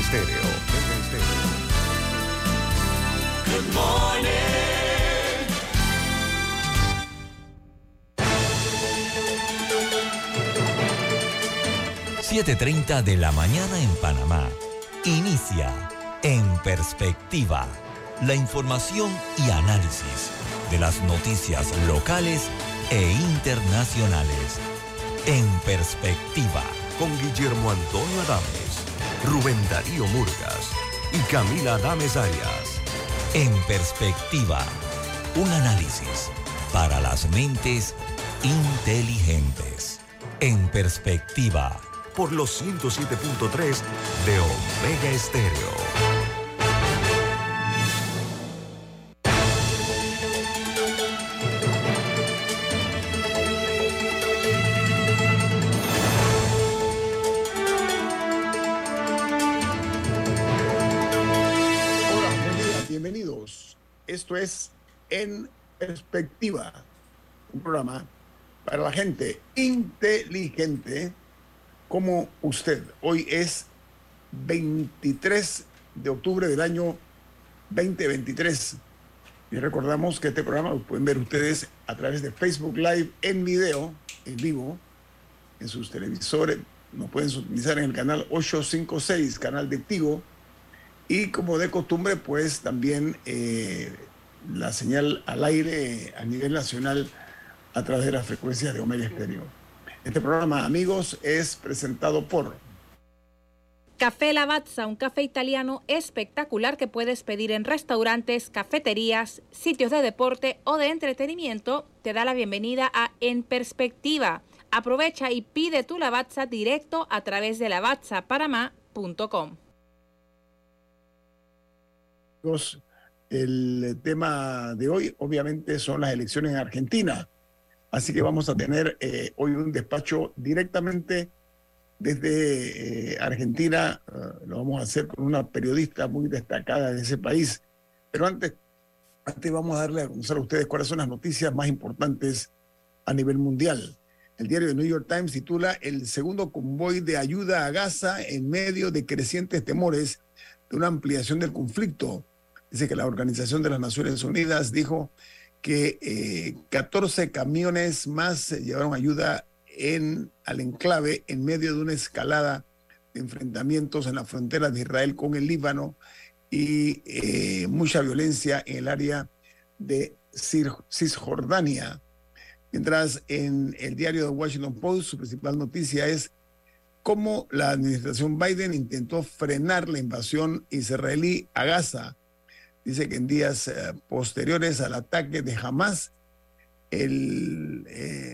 Estéreo. Good morning. 7:30 de la mañana en Panamá. Inicia En Perspectiva, la información y análisis de las noticias locales e internacionales. En Perspectiva, Con Guillermo Antonio Adames, Rubén Darío Murgas y Camila Adames Arias. En Perspectiva, un análisis para las mentes inteligentes. En Perspectiva, Por los 107.3 de Omega Estéreo. Bienvenidos. Esto es En Perspectiva, un programa para la gente inteligente como usted. Hoy es 23 de octubre del año 2023. Y recordamos que este programa lo pueden ver ustedes a través de Facebook Live en video, en vivo, en sus televisores. Nos pueden sintonizar en el canal 856, canal de Tigo. Y como de costumbre, pues también la señal al aire a nivel nacional a través de las frecuencias de Omega Estéreo. Este programa, amigos, es presentado por Café Lavazza, un café italiano espectacular que puedes pedir en restaurantes, cafeterías, sitios de deporte o de entretenimiento. Te da la bienvenida a En Perspectiva. Aprovecha y pide tu Lavazza directo a través de lavazzapanamá.com. El tema de hoy, obviamente, son las elecciones en Argentina. Así que vamos a tener hoy un despacho directamente desde Argentina. Lo vamos a hacer con una periodista muy destacada de ese país. Pero antes vamos a darle a conocer a ustedes cuáles son las noticias más importantes a nivel mundial. El diario The New York Times titula El segundo convoy de ayuda a Gaza en medio de crecientes temores de una ampliación del conflicto. Dice que la Organización de las Naciones Unidas dijo que 14 camiones más llevaron ayuda al enclave en medio de una escalada de enfrentamientos en la frontera de Israel con el Líbano y mucha violencia en el área de Cisjordania. Mientras en el diario The Washington Post su principal noticia es cómo la administración Biden intentó frenar la invasión israelí a Gaza. Dice que en días posteriores al ataque de Hamas, el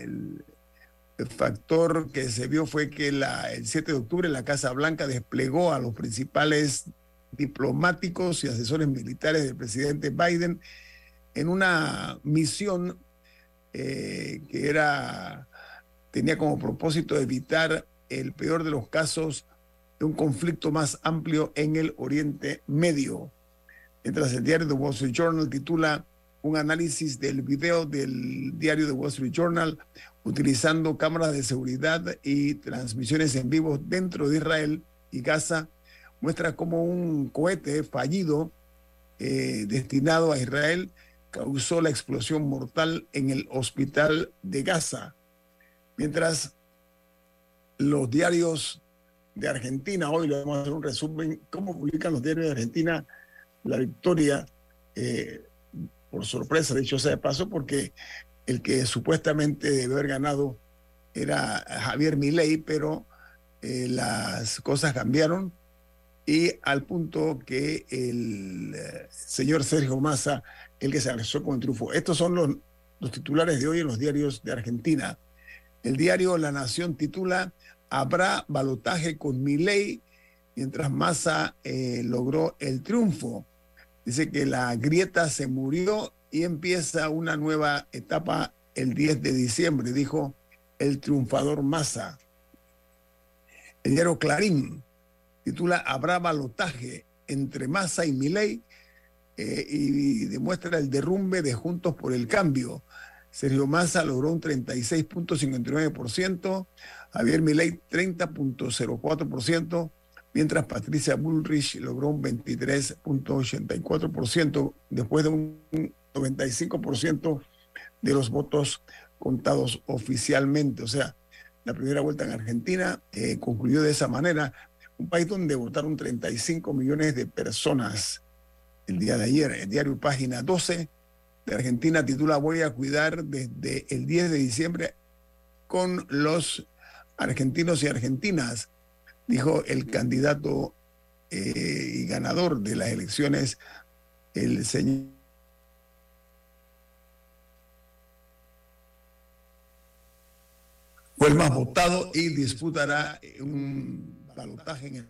factor que se vio fue que el 7 de octubre la Casa Blanca desplegó a los principales diplomáticos y asesores militares del presidente Biden en una misión que tenía como propósito evitar el peor de los casos de un conflicto más amplio en el Oriente Medio. Mientras el diario The Wall Street Journal titula un análisis del video del diario The Wall Street Journal utilizando cámaras de seguridad y transmisiones en vivo dentro de Israel y Gaza, muestra cómo un cohete fallido destinado a Israel causó la explosión mortal en el hospital de Gaza. Mientras los diarios de Argentina, hoy le vamos a hacer un resumen, cómo publican los diarios de Argentina la victoria, por sorpresa, dicho sea de paso, porque el que supuestamente debe haber ganado era Javier Milei, pero las cosas cambiaron y al punto que el señor Sergio Massa, el que se alzó con el triunfo. Estos son los titulares de hoy en los diarios de Argentina. El diario La Nación titula «Habrá balotaje con Milei», mientras Massa logró el triunfo. Dice que la grieta se murió y empieza una nueva etapa el 10 de diciembre, dijo el triunfador Massa. El diario Clarín titula «Habrá balotaje entre Massa y Milei» y demuestra el derrumbe de Juntos por el Cambio. Sergio Massa logró un 36.59%, Javier Milei 30.04%, mientras Patricia Bullrich logró un 23.84% después de un 95% de los votos contados oficialmente. O sea, la primera vuelta en Argentina concluyó de esa manera, un país donde votaron 35 millones de personas el día de ayer. El diario Página 12 de Argentina titula "Voy a cuidar desde el 10 de diciembre con los argentinos y argentinas", dijo el candidato y ganador de las elecciones, el señor. Fue el más votado y disputará un balotaje en el...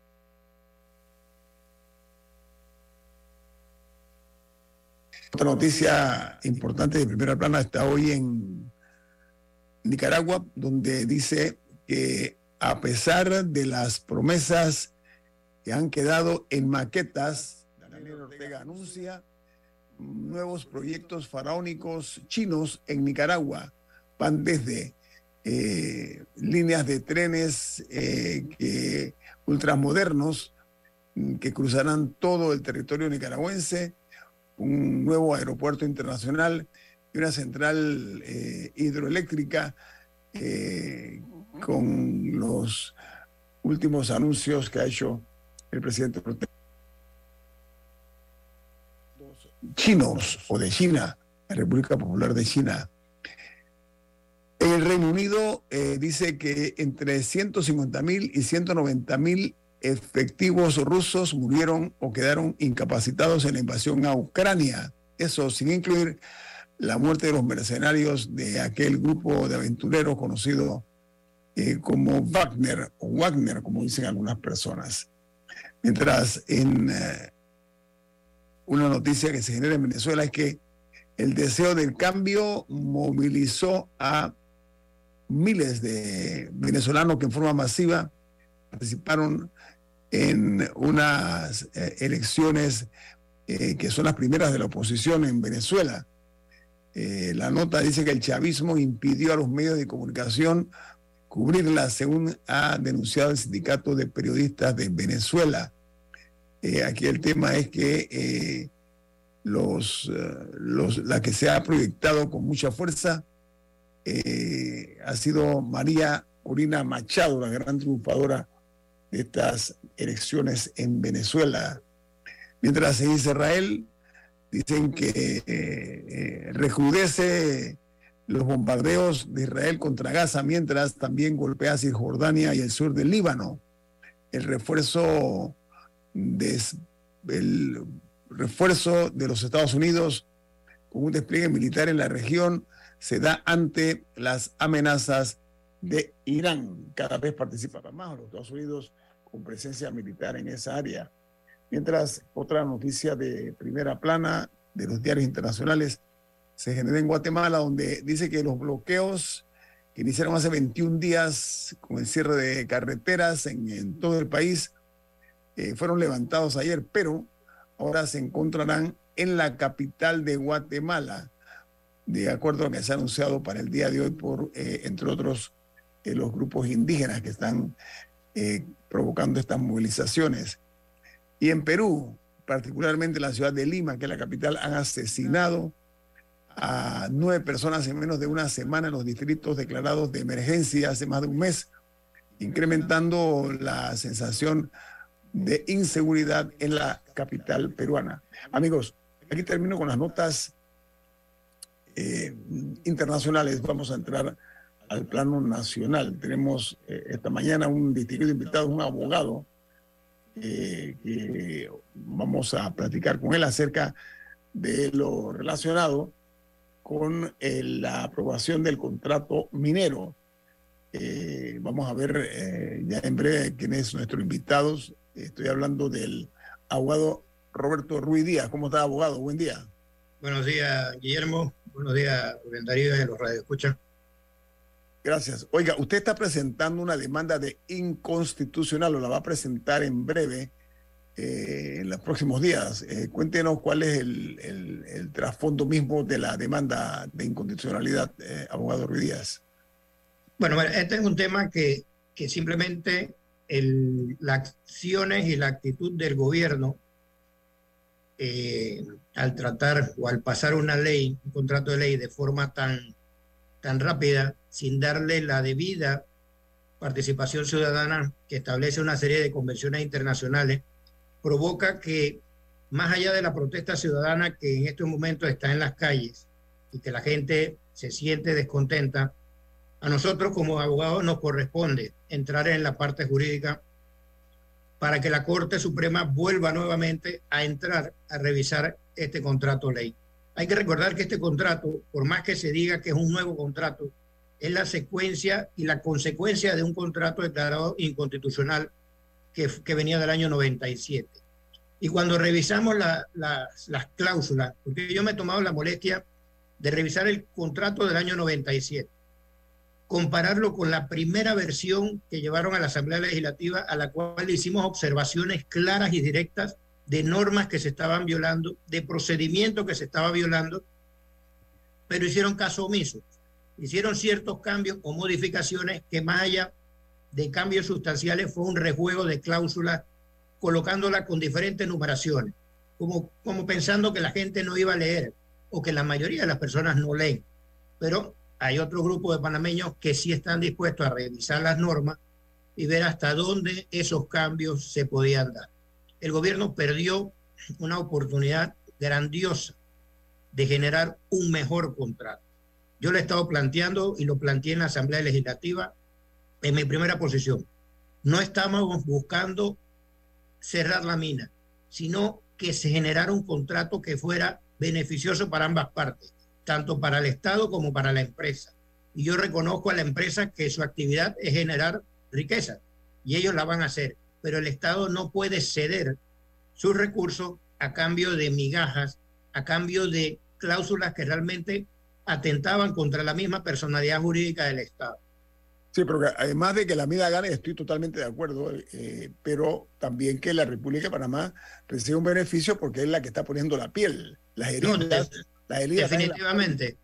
Otra noticia importante de primera plana está hoy en Nicaragua, donde dice que a pesar de las promesas que han quedado en maquetas, Daniel Ortega anuncia nuevos proyectos faraónicos chinos en Nicaragua. Van desde líneas de trenes ultramodernos que cruzarán todo el territorio nicaragüense, un nuevo aeropuerto internacional y una central hidroeléctrica con los últimos anuncios que ha hecho el presidente Ortega. Chinos o de China, la República Popular de China. En el Reino Unido dice que entre 150.000 y 190.000 efectivos rusos murieron o quedaron incapacitados en la invasión a Ucrania. Eso sin incluir la muerte de los mercenarios de aquel grupo de aventureros conocido como Wagner, o Wagner, como dicen algunas personas. Mientras en una noticia que se genera en Venezuela es que el deseo del cambio movilizó a miles de venezolanos que en forma masiva participaron en unas elecciones que son las primeras de la oposición en Venezuela. La nota dice que el chavismo impidió a los medios de comunicación cubrirla, según ha denunciado el Sindicato de Periodistas de Venezuela. Aquí el tema es que la que se ha proyectado con mucha fuerza ha sido María Corina Machado, la gran triunfadora de estas elecciones en Venezuela. Mientras en Israel dicen que recrudece los bombardeos de Israel contra Gaza, mientras también golpea Cisjordania y el sur del Líbano. El refuerzo de los Estados Unidos con un despliegue militar en la región se da ante las amenazas de Irán. Cada vez participan más los Estados Unidos con presencia militar en esa área. Mientras, otra noticia de primera plana de los diarios internacionales se genera en Guatemala, donde dice que los bloqueos que iniciaron hace 21 días con el cierre de carreteras en todo el país fueron levantados ayer, pero ahora se encontrarán en la capital de Guatemala, de acuerdo a lo que se ha anunciado para el día de hoy por, entre otros, los grupos indígenas que están provocando estas movilizaciones. Y en Perú, particularmente en la ciudad de Lima, que es la capital, han asesinado a 9 personas en menos de una semana en los distritos declarados de emergencia hace más de un mes, incrementando la sensación de inseguridad en la capital peruana. Amigos, aquí termino con las notas internacionales. Vamos a entrar al plano nacional. Tenemos esta mañana un distinguido invitado, un abogado, que vamos a platicar con él acerca de lo relacionado con la aprobación del contrato minero. Vamos a ver ya en breve quién es nuestro invitado. Estoy hablando del abogado Roberto Ruiz Díaz. ¿Cómo está, abogado? Buen día. Buenos días, Guillermo. Buenos días, Rubén Darío, y los radioescuchas. Gracias. Oiga, usted está presentando una demanda de inconstitucional, o la va a presentar en breve, en los próximos días. Cuéntenos cuál es el trasfondo mismo de la demanda de inconstitucionalidad, abogado Ruiz Díaz. Bueno, este es un tema que simplemente las acciones y la actitud del gobierno al tratar o al pasar una ley, un contrato de ley de forma tan rápida, sin darle la debida participación ciudadana que establece una serie de convenciones internacionales, provoca que, más allá de la protesta ciudadana que en estos momentos está en las calles y que la gente se siente descontenta, a nosotros como abogados nos corresponde entrar en la parte jurídica para que la Corte Suprema vuelva nuevamente a entrar a revisar este contrato ley. Hay que recordar que este contrato, por más que se diga que es un nuevo contrato, es la secuencia y la consecuencia de un contrato declarado inconstitucional que venía del año 97. Y cuando revisamos las cláusulas, porque yo me he tomado la molestia de revisar el contrato del año 97, compararlo con la primera versión que llevaron a la Asamblea Legislativa, a la cual hicimos observaciones claras y directas de normas que se estaban violando, de procedimientos que se estaba violando, pero hicieron caso omiso. Hicieron ciertos cambios o modificaciones que, más allá de cambios sustanciales, fue un rejuego de cláusulas, colocándolas con diferentes numeraciones, como pensando que la gente no iba a leer o que la mayoría de las personas no leen. Pero hay otro grupo de panameños que sí están dispuestos a revisar las normas y ver hasta dónde esos cambios se podían dar. El gobierno perdió una oportunidad grandiosa de generar un mejor contrato. Yo lo he estado planteando y lo planteé en la Asamblea Legislativa en mi primera posición. No estamos buscando cerrar la mina, sino que se generara un contrato que fuera beneficioso para ambas partes, tanto para el Estado como para la empresa. Y yo reconozco a la empresa que su actividad es generar riqueza, y ellos la van a hacer, pero el Estado no puede ceder sus recursos a cambio de migajas, a cambio de cláusulas que realmente atentaban contra la misma personalidad jurídica del Estado. Sí, pero además de que la mina gane, estoy totalmente de acuerdo, pero también que la República de Panamá recibe un beneficio porque es la que está poniendo la piel, las heridas. Definitivamente.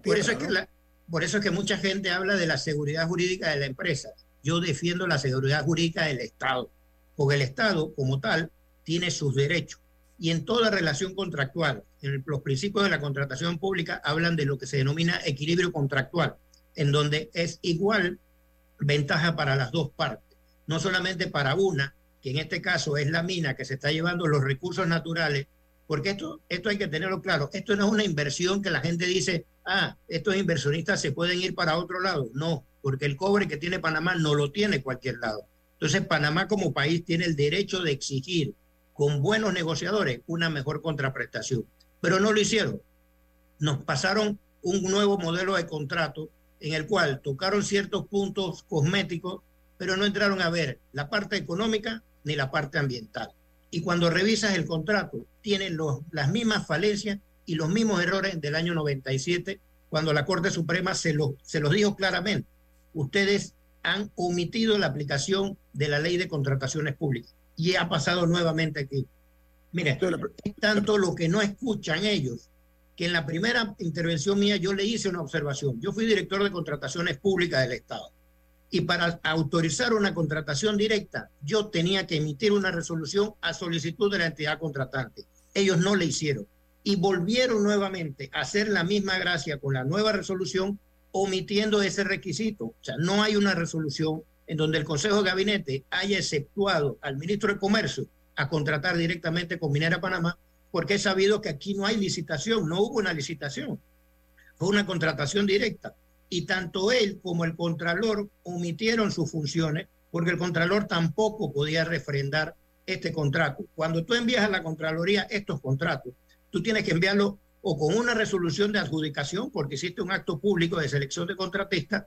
Por eso es que mucha gente habla de la seguridad jurídica de la empresa. Yo defiendo la seguridad jurídica del Estado, porque el Estado como tal tiene sus derechos. Y en toda relación contractual, los principios de la contratación pública hablan de lo que se denomina equilibrio contractual, en donde es igual ventaja para las dos partes, no solamente para una, que en este caso es la mina que se está llevando los recursos naturales, porque esto hay que tenerlo claro, esto no es una inversión que la gente dice, estos inversionistas se pueden ir para otro lado. No, porque el cobre que tiene Panamá no lo tiene cualquier lado. Entonces Panamá como país tiene el derecho de exigir con buenos negociadores una mejor contraprestación, pero no lo hicieron. Nos pasaron un nuevo modelo de contrato en el cual tocaron ciertos puntos cosméticos, pero no entraron a ver la parte económica ni la parte ambiental. Y cuando revisas el contrato, tienen las mismas falencias y los mismos errores del año 97, cuando la Corte Suprema se los dijo claramente. Ustedes han omitido la aplicación de la Ley de Contrataciones Públicas. Y ha pasado nuevamente aquí. Mire, es tanto lo que no escuchan ellos, que en la primera intervención mía yo le hice una observación. Yo fui director de contrataciones públicas del Estado. Y para autorizar una contratación directa, yo tenía que emitir una resolución a solicitud de la entidad contratante. Ellos no le hicieron. Y volvieron nuevamente a hacer la misma gracia con la nueva resolución, omitiendo ese requisito. O sea, no hay una resolución en donde el Consejo de Gabinete haya exceptuado al ministro de Comercio a contratar directamente con Minera Panamá, porque he sabido que aquí no hay licitación, no hubo una licitación, fue una contratación directa. Y tanto él como el Contralor omitieron sus funciones, porque el Contralor tampoco podía refrendar este contrato. Cuando tú envías a la Contraloría estos contratos, tú tienes que enviarlo o con una resolución de adjudicación, porque hiciste un acto público de selección de contratistas,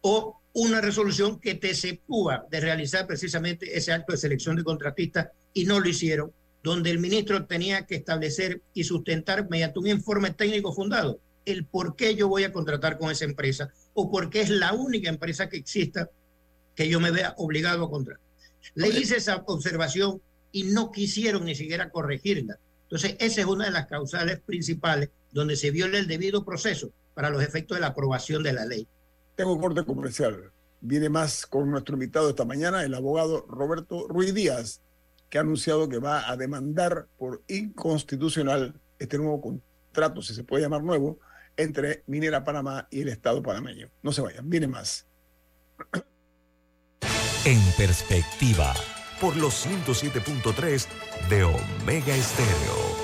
o una resolución que te exceptúa de realizar precisamente ese acto de selección de contratistas, y no lo hicieron, donde el ministro tenía que establecer y sustentar mediante un informe técnico fundado el por qué yo voy a contratar con esa empresa, o por qué es la única empresa que exista que yo me vea obligado a contratar. Le hice esa observación y no quisieron ni siquiera corregirla. Entonces, esa es una de las causales principales donde se viola el debido proceso para los efectos de la aprobación de la ley. Tengo corte comercial. Viene más con nuestro invitado esta mañana, el abogado Roberto Ruiz Díaz, que ha anunciado que va a demandar por inconstitucional este nuevo contrato, si se puede llamar nuevo, entre Minera Panamá y el Estado panameño. No se vayan, viene más. En perspectiva, por los 107.3 de Omega Estéreo.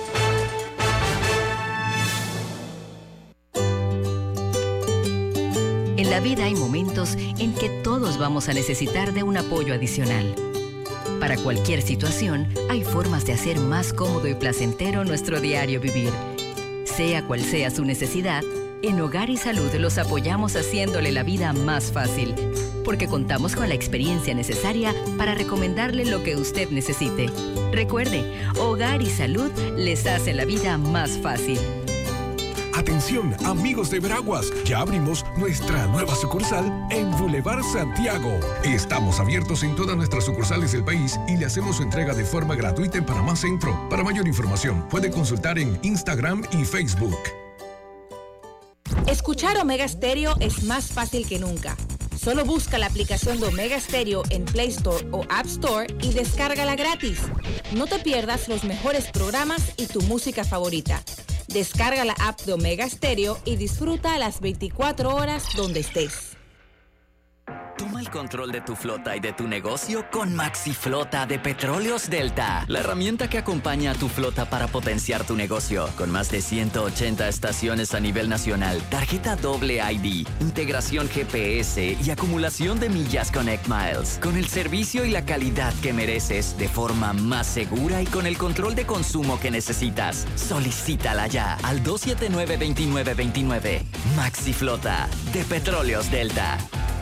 En la vida hay momentos en que todos vamos a necesitar de un apoyo adicional. Para cualquier situación, hay formas de hacer más cómodo y placentero nuestro diario vivir. Sea cual sea su necesidad, en Hogar y Salud los apoyamos haciéndole la vida más fácil, porque contamos con la experiencia necesaria para recomendarle lo que usted necesite. Recuerde, Hogar y Salud les hace la vida más fácil. Atención, amigos de Veraguas, ya abrimos nuestra nueva sucursal en Boulevard Santiago. Estamos abiertos en todas nuestras sucursales del país y le hacemos su entrega de forma gratuita en Panamá Centro. Para mayor información, puede consultar en Instagram y Facebook. Escuchar Omega Stereo es más fácil que nunca. Solo busca la aplicación de Omega Stereo en Play Store o App Store y descárgala gratis. No te pierdas los mejores programas y tu música favorita. Descarga la app de Omega Stereo y disfruta las 24 horas donde estés. Toma el control de tu flota y de tu negocio con MaxiFlota de Petróleos Delta, la herramienta que acompaña a tu flota para potenciar tu negocio. Con más de 180 estaciones a nivel nacional, tarjeta doble ID, integración GPS y acumulación de millas Connect Miles. Con el servicio y la calidad que mereces, de forma más segura y con el control de consumo que necesitas. Solicítala ya al 279-2929. MaxiFlota de Petróleos Delta.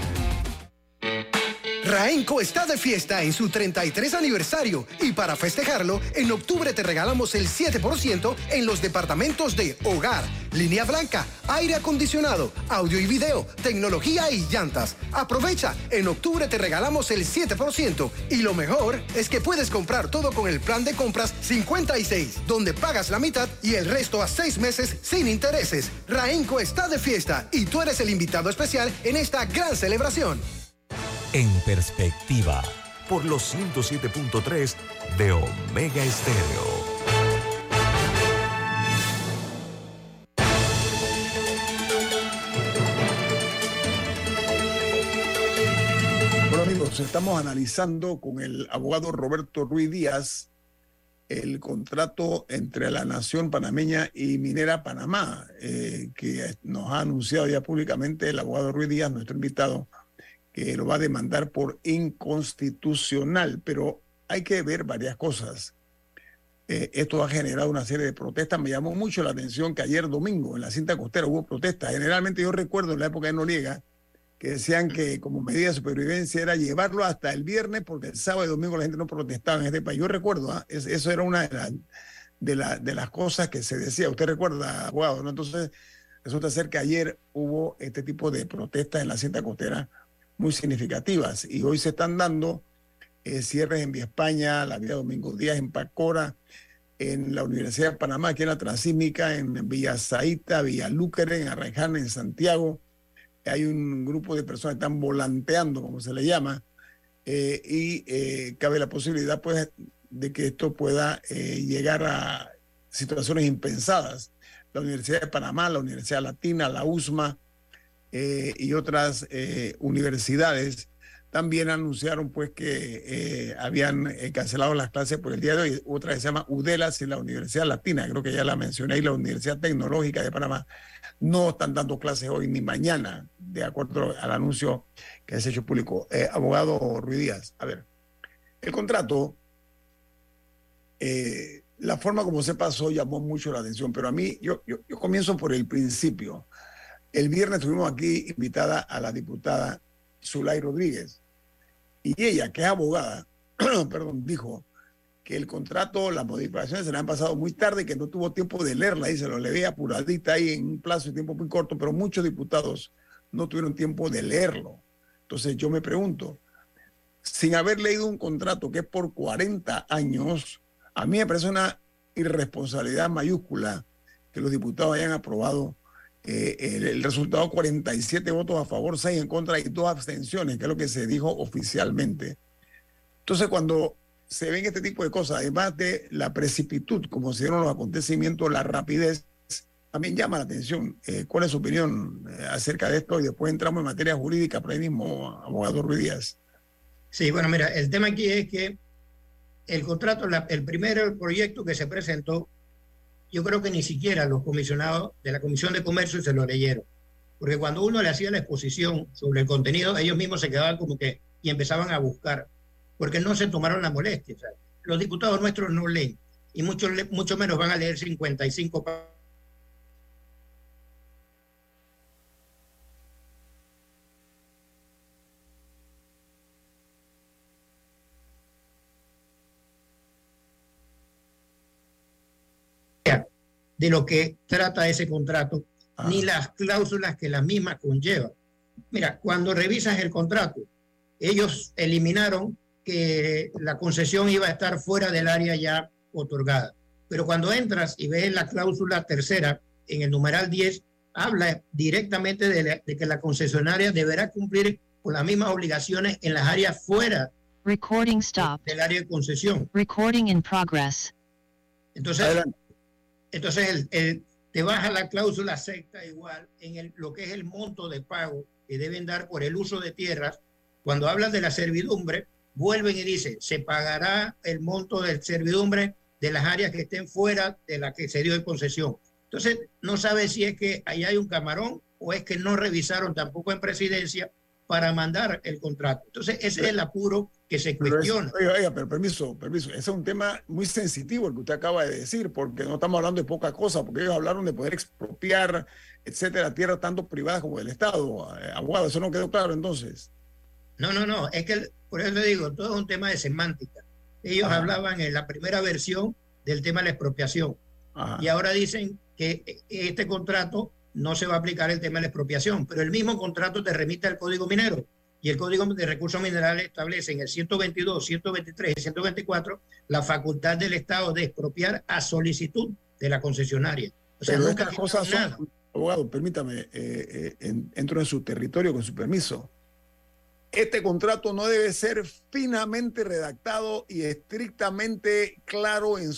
Raenco está de fiesta en su 33 aniversario y para festejarlo, en octubre te regalamos el 7% en los departamentos de hogar, línea blanca, aire acondicionado, audio y video, tecnología y llantas. Aprovecha, en octubre te regalamos el 7% y lo mejor es que puedes comprar todo con el plan de compras 56, donde pagas la mitad y el resto a 6 meses sin intereses. Raenco está de fiesta y tú eres el invitado especial en esta gran celebración. En perspectiva, por los 107.3 de Omega Estéreo. Bueno, amigos, estamos analizando con el abogado Roberto Ruiz Díaz el contrato entre la nación panameña y Minera Panamá, que nos ha anunciado ya públicamente el abogado Ruiz Díaz, nuestro invitado, que lo va a demandar por inconstitucional, pero hay que ver varias cosas. Esto ha generado una serie de protestas. Me llamó mucho la atención que ayer domingo en la cinta costera hubo protestas. Generalmente yo recuerdo en la época de Noriega que decían que como medida de supervivencia era llevarlo hasta el viernes porque el sábado y domingo la gente no protestaba en este país. Yo recuerdo, eso era una de las cosas que se decía. Usted recuerda, abogado, ¿no? Entonces resulta ser que ayer hubo este tipo de protestas en la cinta costera muy significativas y hoy se están dando cierres en Vía España, la Vía Domingo Díaz, en Pacora, en la Universidad de Panamá, aquí en la Transísmica, en Villa Zaita, Villa Lúquere, en Arraiján, en Santiago. Hay un grupo de personas que están volanteando, como se le llama, y cabe la posibilidad pues de que esto pueda llegar a situaciones impensadas. La Universidad de Panamá, la Universidad Latina, la USMA, y otras universidades también anunciaron pues que habían cancelado las clases por el día de hoy. Otra que se llama UDELAS y la Universidad Latina, creo que ya la mencioné, y la Universidad Tecnológica de Panamá no están dando clases hoy ni mañana, de acuerdo al anuncio que se ha hecho público. Abogado Ruiz Díaz, a ver, el contrato, la forma como se pasó llamó mucho la atención, pero a mí, yo comienzo por el principio. El viernes tuvimos aquí invitada a la diputada Zulay Rodríguez y ella, que es abogada, perdón, dijo que el contrato, las modificaciones se le han pasado muy tarde y que no tuvo tiempo de leerla y se lo leía apuradita ahí en un plazo de tiempo muy corto, pero muchos diputados no tuvieron tiempo de leerlo. Entonces yo me pregunto, sin haber leído un contrato que es por 40 años, a mí me parece una irresponsabilidad mayúscula que los diputados hayan aprobado el resultado 47 votos a favor, 6 en contra y 2 abstenciones, que es lo que se dijo oficialmente. Entonces, cuando se ven este tipo de cosas, además de la precipitud, como se dieron los acontecimientos, la rapidez, también llama la atención. ¿Cuál es su opinión acerca de esto? Y después entramos en materia jurídica, por ahí mismo, abogado Ruiz Díaz. Sí, bueno, mira, el tema aquí es que el contrato, el primer proyecto que se presentó, yo creo que ni siquiera los comisionados de la Comisión de Comercio se lo leyeron. Porque cuando uno le hacía la exposición sobre el contenido, ellos mismos se quedaban como que y empezaban a buscar, porque no se tomaron la molestia. O sea, los diputados nuestros no leen, y mucho menos van a leer 55 páginas. De lo que trata ese contrato, ni las cláusulas que la misma conlleva. Mira, cuando revisas el contrato, ellos eliminaron que la concesión iba a estar fuera del área ya otorgada. Pero cuando entras y ves la cláusula tercera, en el numeral 10, habla directamente de que la concesionaria deberá cumplir con las mismas obligaciones en las áreas fuera del área de concesión. Recording in progress. Entonces te baja la cláusula sexta igual en lo que es el monto de pago que deben dar por el uso de tierras. Cuando hablan de la servidumbre, vuelven y dicen, se pagará el monto de servidumbre de las áreas que estén fuera de la que se dio en concesión. Entonces, no sabe si es que ahí hay un camarón o es que no revisaron tampoco en presidencia para mandar el contrato. Entonces, ese es el apuro que se cuestiona. Pero permiso. Ese es un tema muy sensitivo el que usted acaba de decir, porque no estamos hablando de poca cosa, porque ellos hablaron de poder expropiar, etcétera, tierras tanto privadas como del Estado. Abogado, ¿eso no quedó claro entonces? No, es que por eso le digo, todo es un tema de semántica. Ellos hablaban en la primera versión del tema de la expropiación. Y ahora dicen que este contrato no se va a aplicar el tema de la expropiación, pero el mismo contrato te remite al Código Minero, y el Código de Recursos Minerales establece en el 122, 123 y 124 la facultad del Estado de expropiar a solicitud de la concesionaria. O sea, pero estas cosas son, abogado, permítame, entro en su territorio con su permiso. Este contrato no debe ser finamente redactado y estrictamente claro en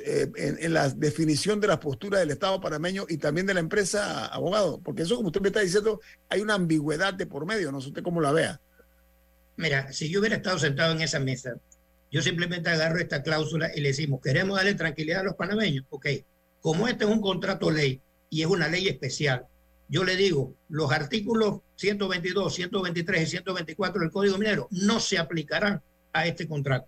la definición de la postura del Estado panameño y también de la empresa, abogado, porque eso, como usted me está diciendo, hay una ambigüedad de por medio, no sé usted cómo la vea. Mira, si yo hubiera estado sentado en esa mesa, yo simplemente agarro esta cláusula y le decimos, queremos darle tranquilidad a los panameños. Ok, como este es un contrato ley y es una ley especial, yo le digo, los artículos 122, 123 y 124 del Código Minero no se aplicarán a este contrato.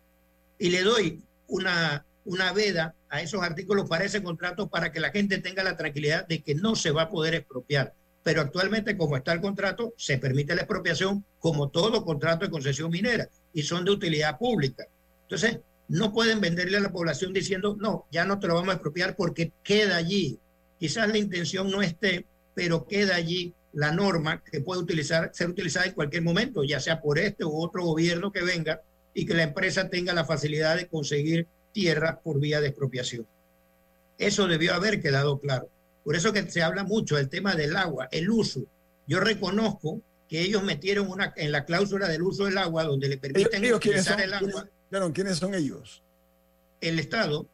Y le doy una veda a esos artículos para ese contrato para que la gente tenga la tranquilidad de que no se va a poder expropiar. Pero actualmente, como está el contrato, se permite la expropiación como todo contrato de concesión minera y son de utilidad pública. Entonces, no pueden venderle a la población diciendo, no, ya no te lo vamos a expropiar porque queda allí. Quizás la intención no esté, pero queda allí la norma que puede ser utilizada en cualquier momento, ya sea por este u otro gobierno que venga y que la empresa tenga la facilidad de conseguir tierra por vía de expropiación. Eso debió haber quedado claro. Por eso que se habla mucho del tema del agua, el uso. Yo reconozco que ellos metieron en la cláusula del uso del agua, donde le permiten utilizar el agua. ¿Quiénes son ellos? El Estado.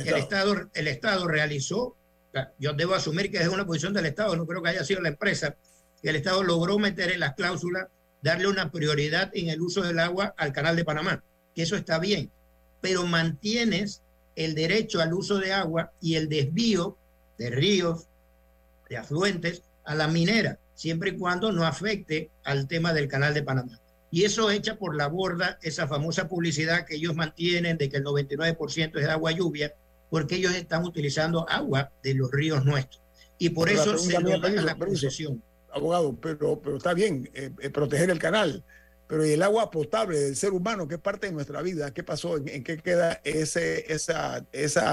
El Estado realizó. Yo debo asumir que es una posición del Estado, no creo que haya sido la empresa, que el Estado logró meter en las cláusulas, darle una prioridad en el uso del agua al Canal de Panamá, que eso está bien, pero mantienes el derecho al uso de agua y el desvío de ríos, de afluentes, a la minera, siempre y cuando no afecte al tema del Canal de Panamá. Y eso echa por la borda esa famosa publicidad que ellos mantienen de que el 99% es de agua lluvia, porque ellos están utilizando agua de los ríos nuestros. Y por eso se nos da la concesión. Abogado, pero está bien proteger el canal, pero ¿y el agua potable del ser humano, que es parte de nuestra vida? ¿Qué pasó? ¿En qué queda esa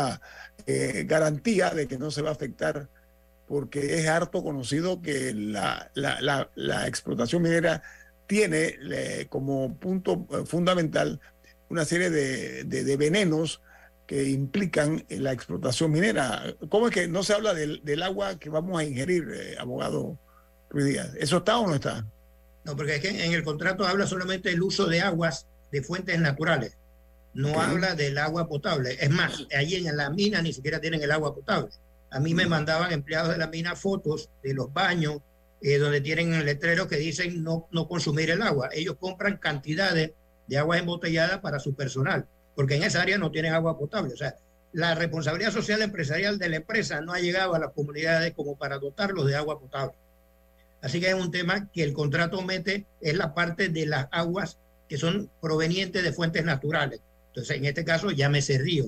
garantía de que no se va a afectar? Porque es harto conocido que la explotación minera tiene como punto fundamental una serie de venenos que implican la explotación minera. ¿Cómo es que no se habla del agua que vamos a ingerir, abogado Ruiz Díaz? ¿Eso está o no está? No, porque es que en el contrato habla solamente del uso de aguas de fuentes naturales. No habla del agua potable. Es más, allí en la mina ni siquiera tienen el agua potable. A mí me mandaban empleados de la mina fotos de los baños donde tienen letreros que dicen no consumir el agua. Ellos compran cantidades de agua embotellada para su personal, porque en esa área no tienen agua potable. O sea, la responsabilidad social empresarial de la empresa no ha llegado a las comunidades como para dotarlos de agua potable. Así que es un tema que el contrato mete, es la parte de las aguas que son provenientes de fuentes naturales. Entonces, en este caso, llámese río.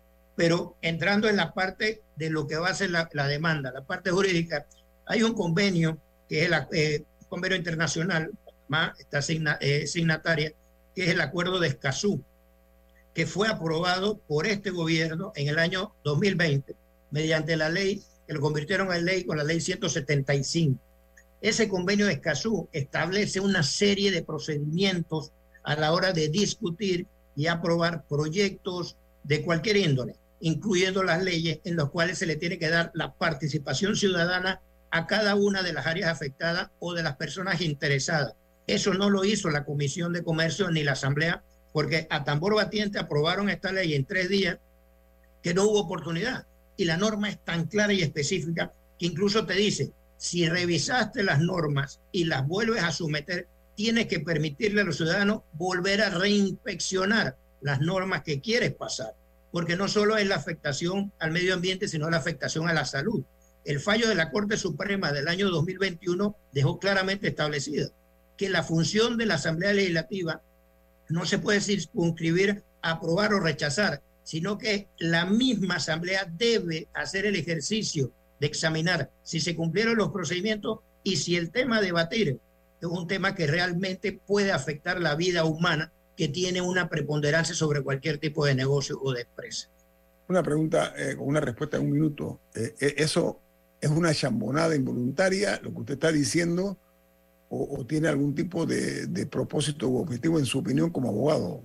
Pero entrando en la parte de lo que va a ser la demanda, la parte jurídica, hay un convenio, que es el convenio internacional, más está signataria, que es el Acuerdo de Escazú, que fue aprobado por este gobierno en el año 2020, mediante la ley, que lo convirtieron en ley con la ley 175. Ese convenio de Escazú establece una serie de procedimientos a la hora de discutir y aprobar proyectos de cualquier índole, incluyendo las leyes en las cuales se le tiene que dar la participación ciudadana a cada una de las áreas afectadas o de las personas interesadas. Eso no lo hizo la Comisión de Comercio ni la Asamblea, porque a tambor batiente aprobaron esta ley en 3 días que no hubo oportunidad. Y la norma es tan clara y específica que incluso te dice, si revisaste las normas y las vuelves a someter, tienes que permitirle a los ciudadanos volver a reinspeccionar las normas que quieres pasar, porque no solo es la afectación al medio ambiente, sino la afectación a la salud. El fallo de la Corte Suprema del año 2021 dejó claramente establecida que la función de la Asamblea Legislativa no se puede circunscribir a aprobar o rechazar, sino que la misma Asamblea debe hacer el ejercicio de examinar si se cumplieron los procedimientos y si el tema a debatir es un tema que realmente puede afectar la vida humana, que tiene una preponderancia sobre cualquier tipo de negocio o de empresa. Una pregunta con una respuesta en un minuto. ¿Eso es una chambonada involuntaria, lo que usted está diciendo, o tiene algún tipo de propósito u objetivo en su opinión como abogado?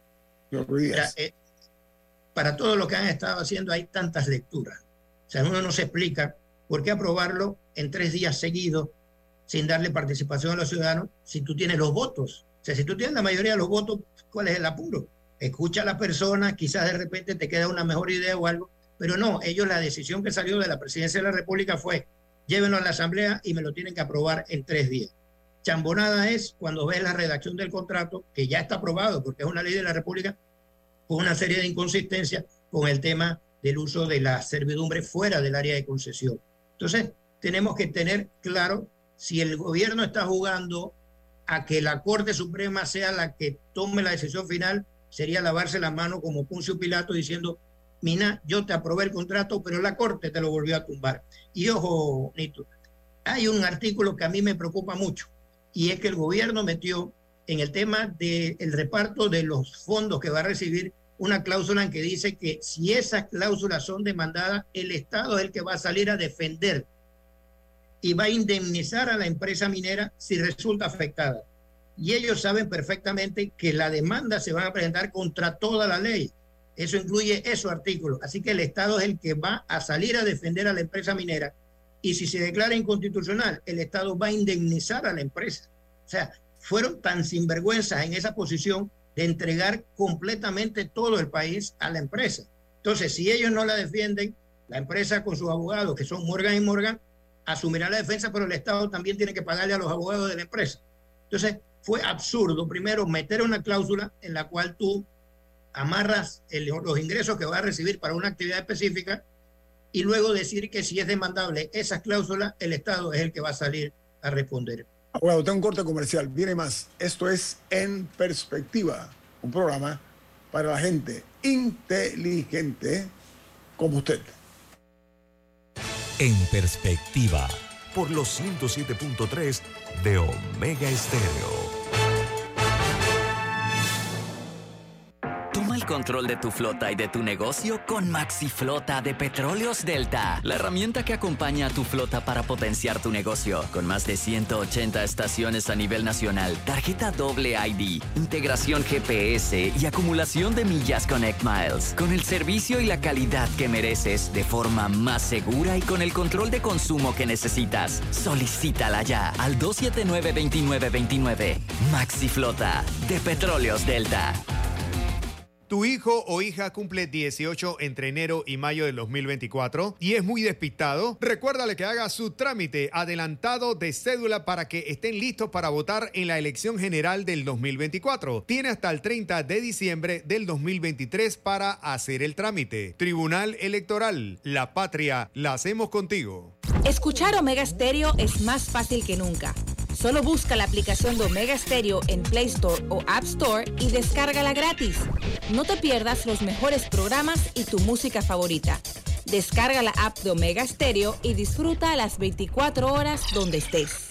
Para todo lo que han estado haciendo hay tantas lecturas. O sea, uno no se explica por qué aprobarlo en 3 días seguidos sin darle participación a los ciudadanos si tú tienes los votos. O sea, si tú tienes la mayoría de los votos, ¿cuál es el apuro? Escucha a la persona, quizás de repente te queda una mejor idea o algo, pero no, ellos, la decisión que salió de la Presidencia de la República fue, llévenlo a la Asamblea y me lo tienen que aprobar en 3 días. Chambonada es cuando ves la redacción del contrato, que ya está aprobado porque es una ley de la República, con una serie de inconsistencias con el tema del uso de la servidumbre fuera del área de concesión. Entonces, tenemos que tener claro si el gobierno está jugando a que la Corte Suprema sea la que tome la decisión final, sería lavarse la mano como Poncio Pilato diciendo, mira, yo te aprobé el contrato, pero la Corte te lo volvió a tumbar. Y ojo, Nito, hay un artículo que a mí me preocupa mucho, y es que el gobierno metió en el tema del reparto de los fondos que va a recibir una cláusula en que dice que si esas cláusulas son demandadas, el Estado es el que va a salir a defender y va a indemnizar a la empresa minera si resulta afectada. Y ellos saben perfectamente que la demanda se va a presentar contra toda la ley. Eso incluye esos artículos. Así que el Estado es el que va a salir a defender a la empresa minera. Y si se declara inconstitucional, el Estado va a indemnizar a la empresa. O sea, fueron tan sinvergüenzas en esa posición de entregar completamente todo el país a la empresa. Entonces, si ellos no la defienden, la empresa con sus abogados, que son Morgan y Morgan, asumirá la defensa, pero el Estado también tiene que pagarle a los abogados de la empresa. Entonces, fue absurdo, primero, meter una cláusula en la cual tú amarras los ingresos que va a recibir para una actividad específica y luego decir que si es demandable esas cláusulas, el Estado es el que va a salir a responder. Bueno, tengo un corte comercial, viene más. Esto es En Perspectiva, un programa para la gente inteligente como usted. En Perspectiva, por los 107.3 de Omega Estéreo. Toma el el control de tu flota y de tu negocio con MaxiFlota de Petróleos Delta, la herramienta que acompaña a tu flota para potenciar tu negocio. Con más de 180 estaciones a nivel nacional, tarjeta doble ID, integración GPS y acumulación de millas Connect Miles. Con el servicio y la calidad que mereces de forma más segura y con el control de consumo que necesitas. Solicítala ya al 279-2929. MaxiFlota de Petróleos Delta. Tu hijo o hija cumple 18 entre enero y mayo del 2024 y es muy despistado. Recuérdale que haga su trámite adelantado de cédula para que estén listos para votar en la elección general del 2024. Tiene hasta el 30 de diciembre del 2023 para hacer el trámite. Tribunal Electoral, la patria la hacemos contigo. Escuchar Omega Stereo es más fácil que nunca. Solo busca la aplicación de Omega Stereo en Play Store o App Store y descárgala gratis. No te pierdas los mejores programas y tu música favorita. Descarga la app de Omega Stereo y disfruta las 24 horas donde estés.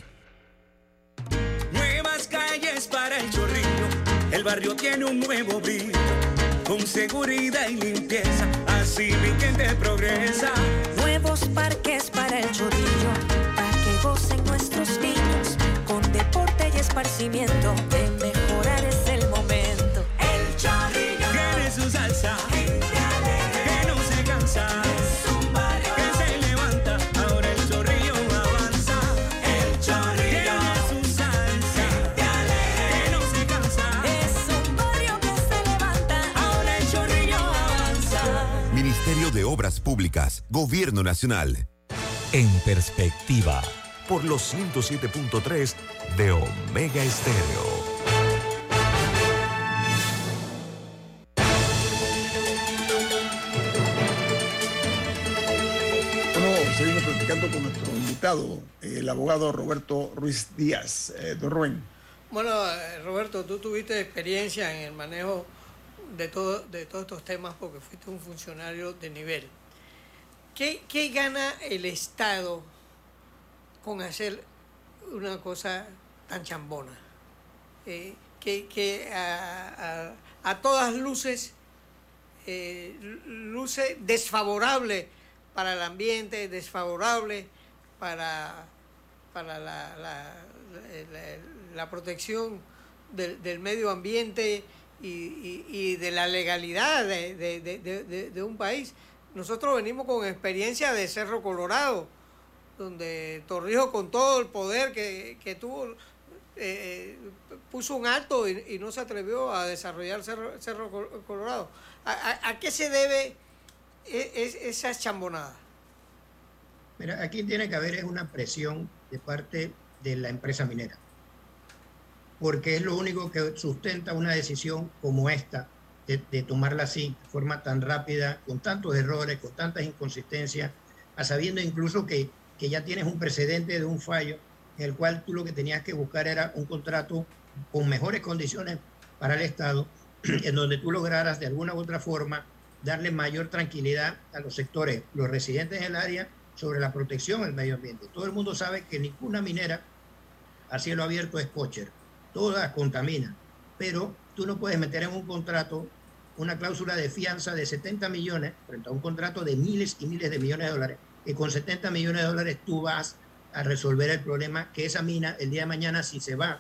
Nuevas calles para el Chorrillo, el barrio tiene un nuevo brillo, con seguridad y limpieza, así mi gente progresa. Nuevos parques para el Chorrillo, para que gocen nuestros niños, con deporte y esparcimiento, de mejorar es el momento. El Chorrillo tiene su salsa, que no se cansa, es un barrio que se levanta, ahora el Chorrillo avanza. El Chorrillo tiene su salsa, que no se cansa, es un barrio que se levanta, ahora el Chorrillo avanza. Ministerio de Obras Públicas, Gobierno Nacional. En perspectiva. Por los 107.3 de Omega Estéreo. Bueno, seguimos platicando con nuestro invitado, el abogado Roberto Ruiz Díaz. Don Rubén. Bueno, Roberto, tú tuviste experiencia en el manejo de todos estos temas porque fuiste un funcionario de nivel. ¿Qué gana el Estado con hacer una cosa tan chambona? Que a todas luces luce desfavorable para el ambiente, desfavorable para la protección del medio ambiente y de la legalidad de un país. Nosotros venimos con experiencia de Cerro Colorado, donde Torrijos, con todo el poder que tuvo, puso un alto y no se atrevió a desarrollar Cerro Colorado. ¿A qué se debe esa chambonada? Mira, aquí tiene que haber una presión de parte de la empresa minera, porque es lo único que sustenta una decisión como esta, de tomarla así, de forma tan rápida, con tantos errores, con tantas inconsistencias, a sabiendo incluso que ya tienes un precedente de un fallo en el cual tú lo que tenías que buscar era un contrato con mejores condiciones para el Estado, en donde tú lograras de alguna u otra forma darle mayor tranquilidad a los sectores, los residentes en el área, sobre la protección del medio ambiente. Todo el mundo sabe que ninguna minera a cielo abierto es kosher, todas contaminan, pero tú no puedes meter en un contrato una cláusula de fianza de 70 millones frente a un contrato de miles y miles de millones de dólares, que con 70 millones de dólares tú vas a resolver el problema que esa mina el día de mañana, si se va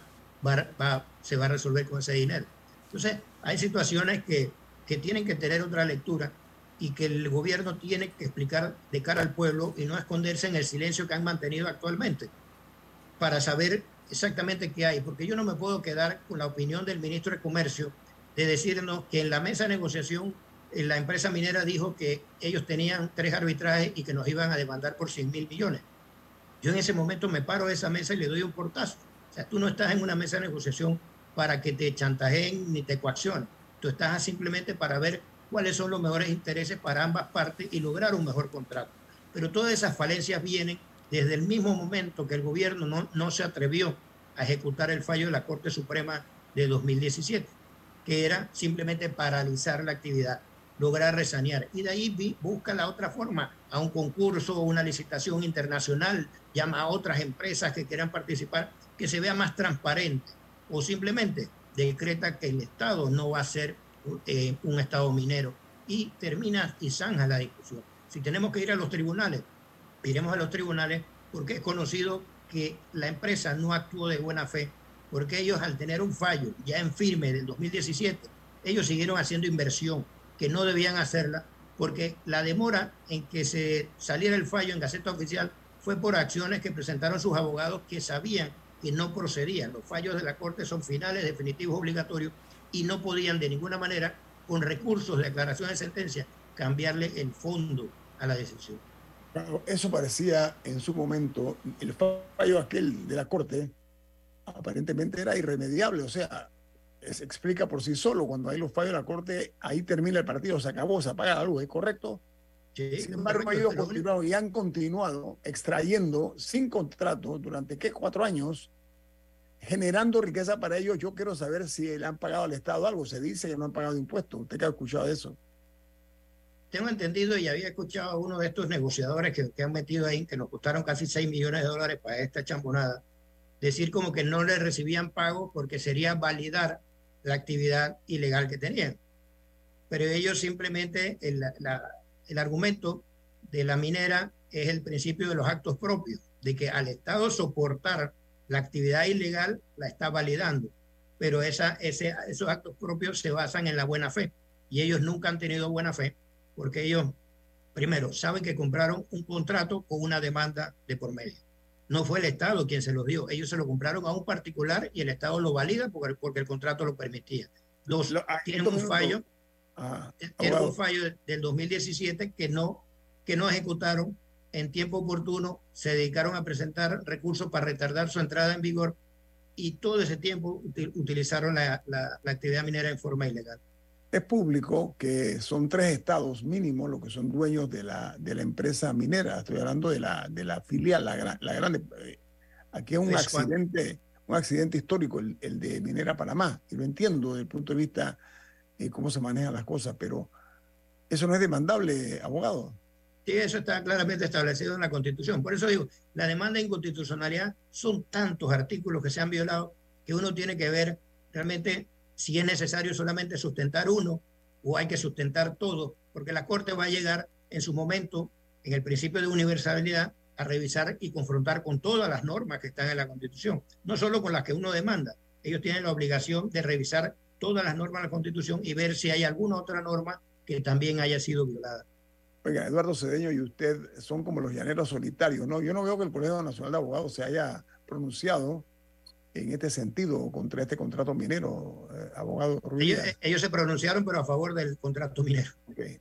a resolver con ese dinero. Entonces, hay situaciones que tienen que tener otra lectura y que el gobierno tiene que explicar de cara al pueblo y no esconderse en el silencio que han mantenido actualmente para saber exactamente qué hay, porque yo no me puedo quedar con la opinión del ministro de Comercio de decirnos que en la mesa de negociación la empresa minera dijo que ellos tenían 3 arbitrajes y que nos iban a demandar por 100.000 millones. Yo en ese momento me paro de esa mesa y le doy un portazo. O sea, tú no estás en una mesa de negociación para que te chantajeen ni te coaccionen. Tú estás simplemente para ver cuáles son los mejores intereses para ambas partes y lograr un mejor contrato. Pero todas esas falencias vienen desde el mismo momento que el gobierno no se atrevió a ejecutar el fallo de la Corte Suprema de 2017, que era simplemente paralizar la actividad, lograr resanear. Y de ahí busca la otra forma, a un concurso, una licitación internacional, llama a otras empresas que quieran participar, que se vea más transparente, o simplemente decreta que el Estado no va a ser un Estado minero, y termina y zanja la discusión. Si tenemos que ir a los tribunales, iremos a los tribunales, porque es conocido que la empresa no actuó de buena fe, porque ellos, al tener un fallo ya en firme del 2017, ellos siguieron haciendo inversión que no debían hacerla, porque la demora en que se saliera el fallo en Gaceta Oficial fue por acciones que presentaron sus abogados, que sabían que no procedían. Los fallos de la Corte son finales, definitivos, obligatorios, y no podían de ninguna manera, con recursos de aclaración de sentencia, cambiarle el fondo a la decisión. Claro, eso parecía en su momento. El fallo aquel de la Corte aparentemente era irremediable, o sea, se explica por sí solo. Cuando hay los fallos de la Corte, ahí termina el partido, se acabó, se apaga la luz, ¿es correcto? Sí, sin embargo, ellos continuaron y han continuado extrayendo sin contrato durante 4 años, generando riqueza para ellos. Yo quiero saber si le han pagado al Estado algo. Se dice que no han pagado impuestos. ¿Usted qué ha escuchado de eso? Tengo entendido y había escuchado a uno de estos negociadores que han metido ahí, que nos costaron casi $6 millones para esta champonada, decir como que no le recibían pago porque sería validar la actividad ilegal que tenían. Pero ellos simplemente, el argumento de la minera es el principio de los actos propios, de que al Estado soportar la actividad ilegal la está validando, pero esos actos propios se basan en la buena fe, y ellos nunca han tenido buena fe, porque ellos, primero, saben que compraron un contrato con una demanda de por medio. No fue el Estado quien se los dio, ellos se lo compraron a un particular y el Estado lo valida porque el contrato lo permitía. Tienen un fallo, del 2017 que no ejecutaron en tiempo oportuno, se dedicaron a presentar recursos para retardar su entrada en vigor, y todo ese tiempo utilizaron la actividad minera en forma ilegal. Es público que son 3 estados mínimo los que son dueños de la empresa minera. Estoy hablando de la filial, la grande. Aquí es un accidente histórico, el de Minera Panamá, y lo entiendo desde el punto de vista de cómo se manejan las cosas, pero eso no es demandable, abogado. Sí, eso está claramente establecido en la Constitución. Por eso digo, la demanda de inconstitucionalidad son tantos artículos que se han violado que uno tiene que ver realmente si es necesario solamente sustentar uno o hay que sustentar todo, porque la Corte va a llegar en su momento, en el principio de universalidad, a revisar y confrontar con todas las normas que están en la Constitución, no solo con las que uno demanda. Ellos tienen la obligación de revisar todas las normas de la Constitución y ver si hay alguna otra norma que también haya sido violada. Oiga, Eduardo Cedeño y usted son como los llaneros solitarios, ¿no? Yo no veo que el Colegio Nacional de Abogados se haya pronunciado en este sentido contra este contrato minero, abogado Ruiz. Ellos se pronunciaron, pero a favor del contrato minero. Okay,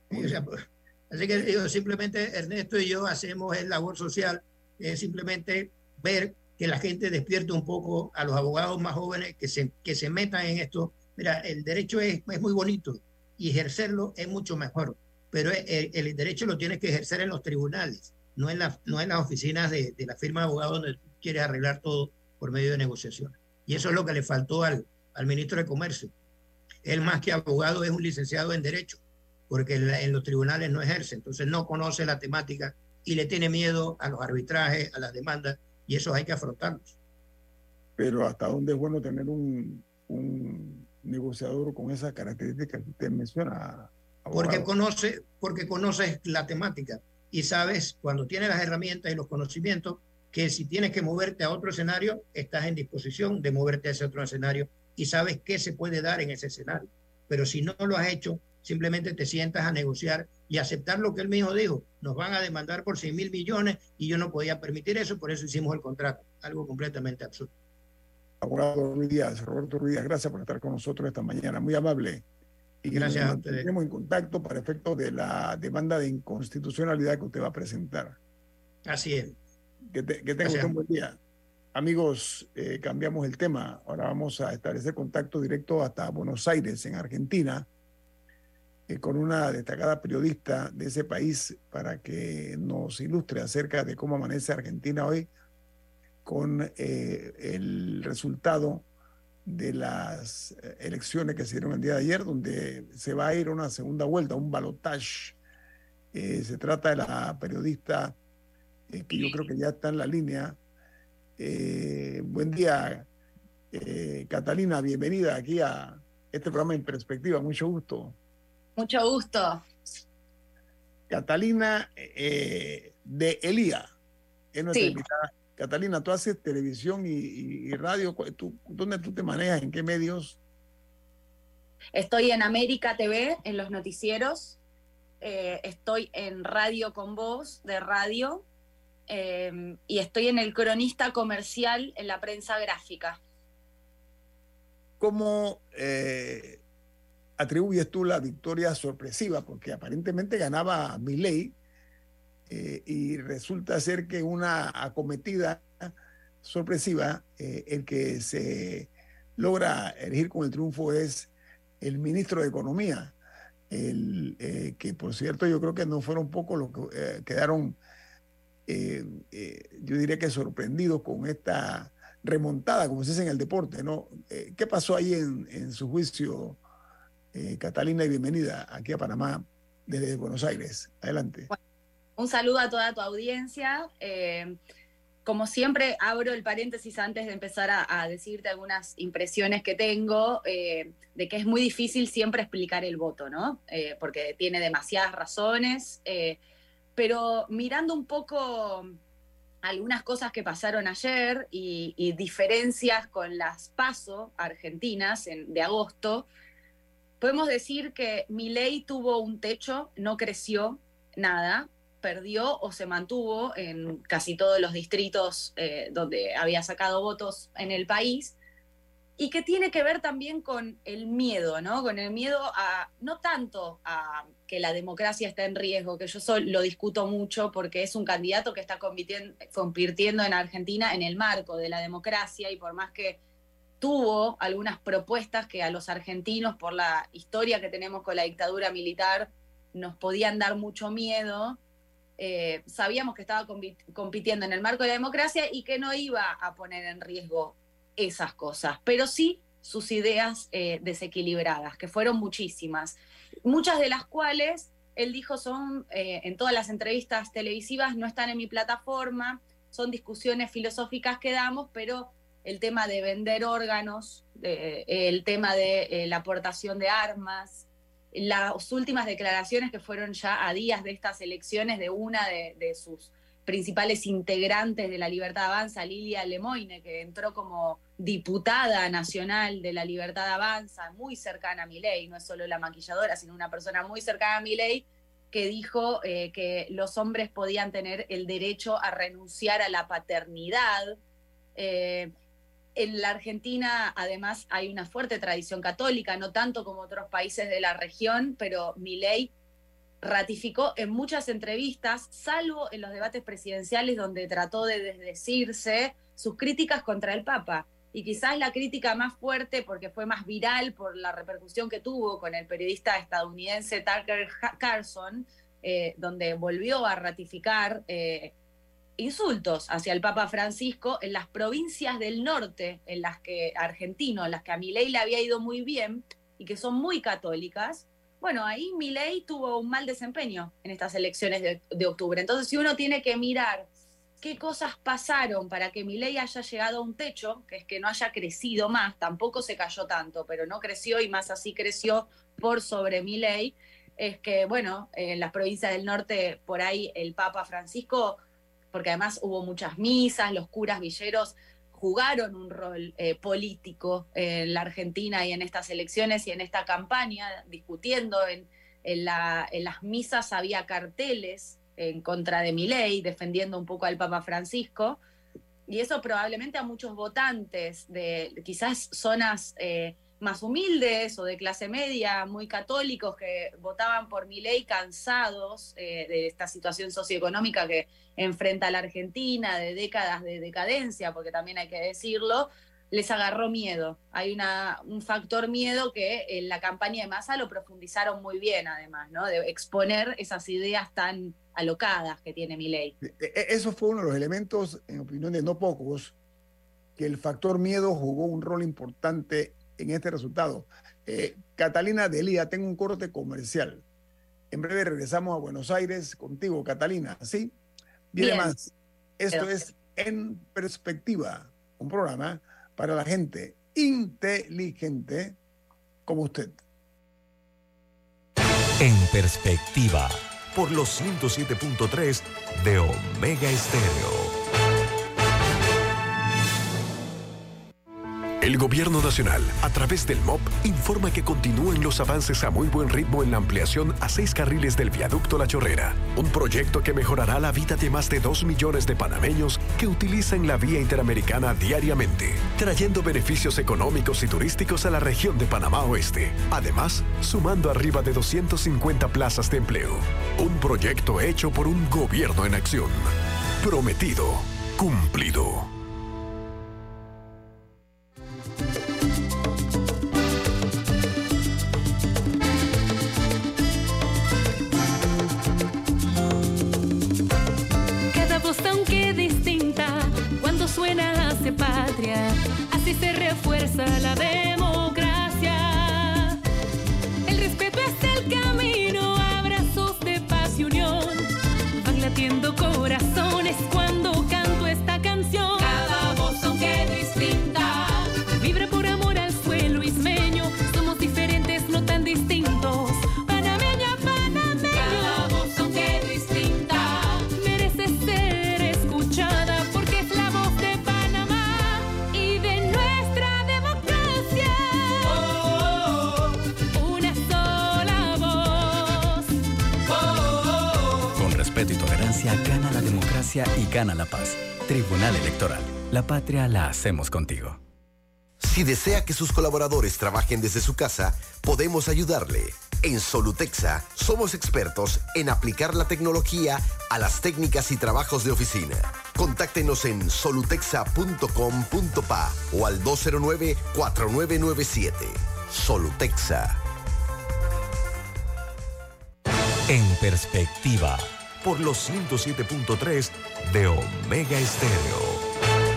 así que simplemente Ernesto y yo hacemos el labor social, simplemente ver que la gente despierte un poco a los abogados más jóvenes, que se metan en esto. Mira, el derecho es muy bonito y ejercerlo es mucho mejor, pero el derecho lo tienes que ejercer en los tribunales, no en las oficinas de la firma de abogados donde tú quieres arreglar todo por medio de negociaciones. Y eso es lo que le faltó al ministro de Comercio. Él, más que abogado, es un licenciado en Derecho, porque en los tribunales no ejerce, entonces no conoce la temática y le tiene miedo a los arbitrajes, a las demandas, y eso hay que afrontarlos. Pero ¿hasta dónde es bueno tener un negociador con esas características que usted menciona, abogado? Porque conoces la temática y sabes, cuando tienes las herramientas y los conocimientos, que si tienes que moverte a otro escenario, estás en disposición de moverte a ese otro escenario y sabes qué se puede dar en ese escenario. Pero si no lo has hecho, simplemente te sientas a negociar y aceptar lo que él mismo dijo. Nos van a demandar por 6.000 millones y yo no podía permitir eso, por eso hicimos el contrato. Algo completamente absurdo. Abogado Roberto Ruiz Díaz, gracias por estar con nosotros esta mañana. Muy amable. Y gracias a ustedes. Estamos en contacto para efectos de la demanda de inconstitucionalidad que usted va a presentar. Así es. Que tenga usted un buen día. Amigos, cambiamos el tema. Ahora vamos a establecer contacto directo hasta Buenos Aires, en Argentina, con una destacada periodista de ese país para que nos ilustre acerca de cómo amanece Argentina hoy con el resultado de las elecciones que se dieron el día de ayer, donde se va a ir a una segunda vuelta, un balotaje. Se trata de la periodista que yo creo que ya está en la línea. Buen día, Catalina, bienvenida aquí a este programa En Perspectiva. Mucho gusto. Mucho gusto. Catalina de Elía es nuestra invitada. Catalina, tú haces televisión y radio. ¿Dónde tú te manejas? ¿En qué medios? Estoy en América TV, en los noticieros. Estoy en Radio con Voz, de radio. Y estoy en El Cronista Comercial, en la prensa gráfica. ¿Cómo atribuyes tú la victoria sorpresiva? Porque aparentemente ganaba Milei y resulta ser que una acometida sorpresiva, el que se logra elegir con el triunfo es el ministro de Economía, que por cierto yo creo que no fueron pocos los que quedaron, yo diría que sorprendidos con esta remontada, como se dice en el deporte, ¿no? ¿Qué pasó ahí en su juicio, Catalina, y bienvenida aquí a Panamá desde Buenos Aires? Adelante. Bueno, un saludo a toda tu audiencia. Como siempre, abro el paréntesis antes de empezar a decirte algunas impresiones que tengo, de que es muy difícil siempre explicar el voto, ¿no? Porque tiene demasiadas razones, pero mirando un poco algunas cosas que pasaron ayer y diferencias con las PASO argentinas de agosto, podemos decir que Milei tuvo un techo, no creció nada, perdió o se mantuvo en casi todos los distritos donde había sacado votos en el país, y que tiene que ver también con el miedo, ¿no? Con el miedo no tanto a que la democracia está en riesgo, que yo lo discuto mucho porque es un candidato que está convirtiendo en Argentina en el marco de la democracia, y por más que tuvo algunas propuestas que a los argentinos, por la historia que tenemos con la dictadura militar, nos podían dar mucho miedo, sabíamos que estaba compitiendo en el marco de la democracia y que no iba a poner en riesgo esas cosas, pero sí sus ideas desequilibradas, que fueron muchísimas, muchas de las cuales él dijo son, en todas las entrevistas televisivas, no están en mi plataforma, son discusiones filosóficas que damos, pero el tema de vender órganos, el tema de la aportación de armas, las últimas declaraciones que fueron ya a días de estas elecciones de una de sus principales integrantes de La Libertad Avanza, Lilia Lemoine, que entró como diputada nacional de La Libertad Avanza, muy cercana a Milei, no es solo la maquilladora, sino una persona muy cercana a Milei, que dijo que los hombres podían tener el derecho a renunciar a la paternidad. En la Argentina, además, hay una fuerte tradición católica, no tanto como otros países de la región, pero Milei ratificó en muchas entrevistas, salvo en los debates presidenciales donde trató de desdecirse, sus críticas contra el Papa. Y quizás la crítica más fuerte, porque fue más viral por la repercusión que tuvo con el periodista estadounidense Tucker Carlson, donde volvió a ratificar insultos hacia el Papa Francisco en las provincias del norte, en las que a Milei le había ido muy bien y que son muy católicas. Bueno, ahí Milei tuvo un mal desempeño en estas elecciones de octubre. Entonces, si uno tiene que mirar qué cosas pasaron para que Milei haya llegado a un techo, que es que no haya crecido más, tampoco se cayó tanto, pero no creció, y más así creció por sobre Milei, es que, bueno, en las provincias del norte, por ahí el Papa Francisco, porque además hubo muchas misas, los curas villeros jugaron un rol político en la Argentina y en estas elecciones y en esta campaña, discutiendo en las misas había carteles en contra de Milei, defendiendo un poco al Papa Francisco, y eso probablemente a muchos votantes de quizás zonas más humildes o de clase media, muy católicos, que votaban por Milei cansados de esta situación socioeconómica que enfrenta la Argentina, de décadas de decadencia, porque también hay que decirlo, les agarró miedo. Hay un factor miedo que en la campaña de Massa lo profundizaron muy bien, además, ¿no? De exponer esas ideas tan alocadas que tiene Milei. Eso fue uno de los elementos, en opinión de no pocos, que el factor miedo jugó un rol importante en este resultado. Catalina de Elía, tengo un corte comercial. En breve regresamos a Buenos Aires contigo, Catalina, ¿sí? Viene más. Esto es En Perspectiva, un programa para la gente inteligente como usted. En perspectiva. Por los 107.3 de Omega Estéreo. El Gobierno Nacional, a través del MOP, informa que continúan los avances a muy buen ritmo en la ampliación a 6 carriles del viaducto La Chorrera, un proyecto que mejorará la vida de más de 2 millones de panameños que utilizan la vía interamericana diariamente, trayendo beneficios económicos y turísticos a la región de Panamá Oeste. Además, sumando arriba de 250 plazas de empleo. Un proyecto hecho por un gobierno en acción. Prometido, cumplido. Suena hace patria, así se refuerza la democracia. El respeto es el camino, abrazos de paz y unión. Van latiendo corazones cuando canto esta canción. Cada voz aunque distinta, vibra por amor al suelo ismeño. Somos diferentes, no tan distintos. Panameña, panameño. Cada voz aunque distinta, merece ser escuchada. Respeto y tolerancia gana la democracia y gana la paz. Tribunal Electoral. La patria la hacemos contigo. Si desea que sus colaboradores trabajen desde su casa, podemos ayudarle. En Solutexa somos expertos en aplicar la tecnología a las técnicas y trabajos de oficina. Contáctenos en solutexa.com.pa o al 209-4997. Solutexa. En perspectiva. Por los 107.3 de Omega Estéreo.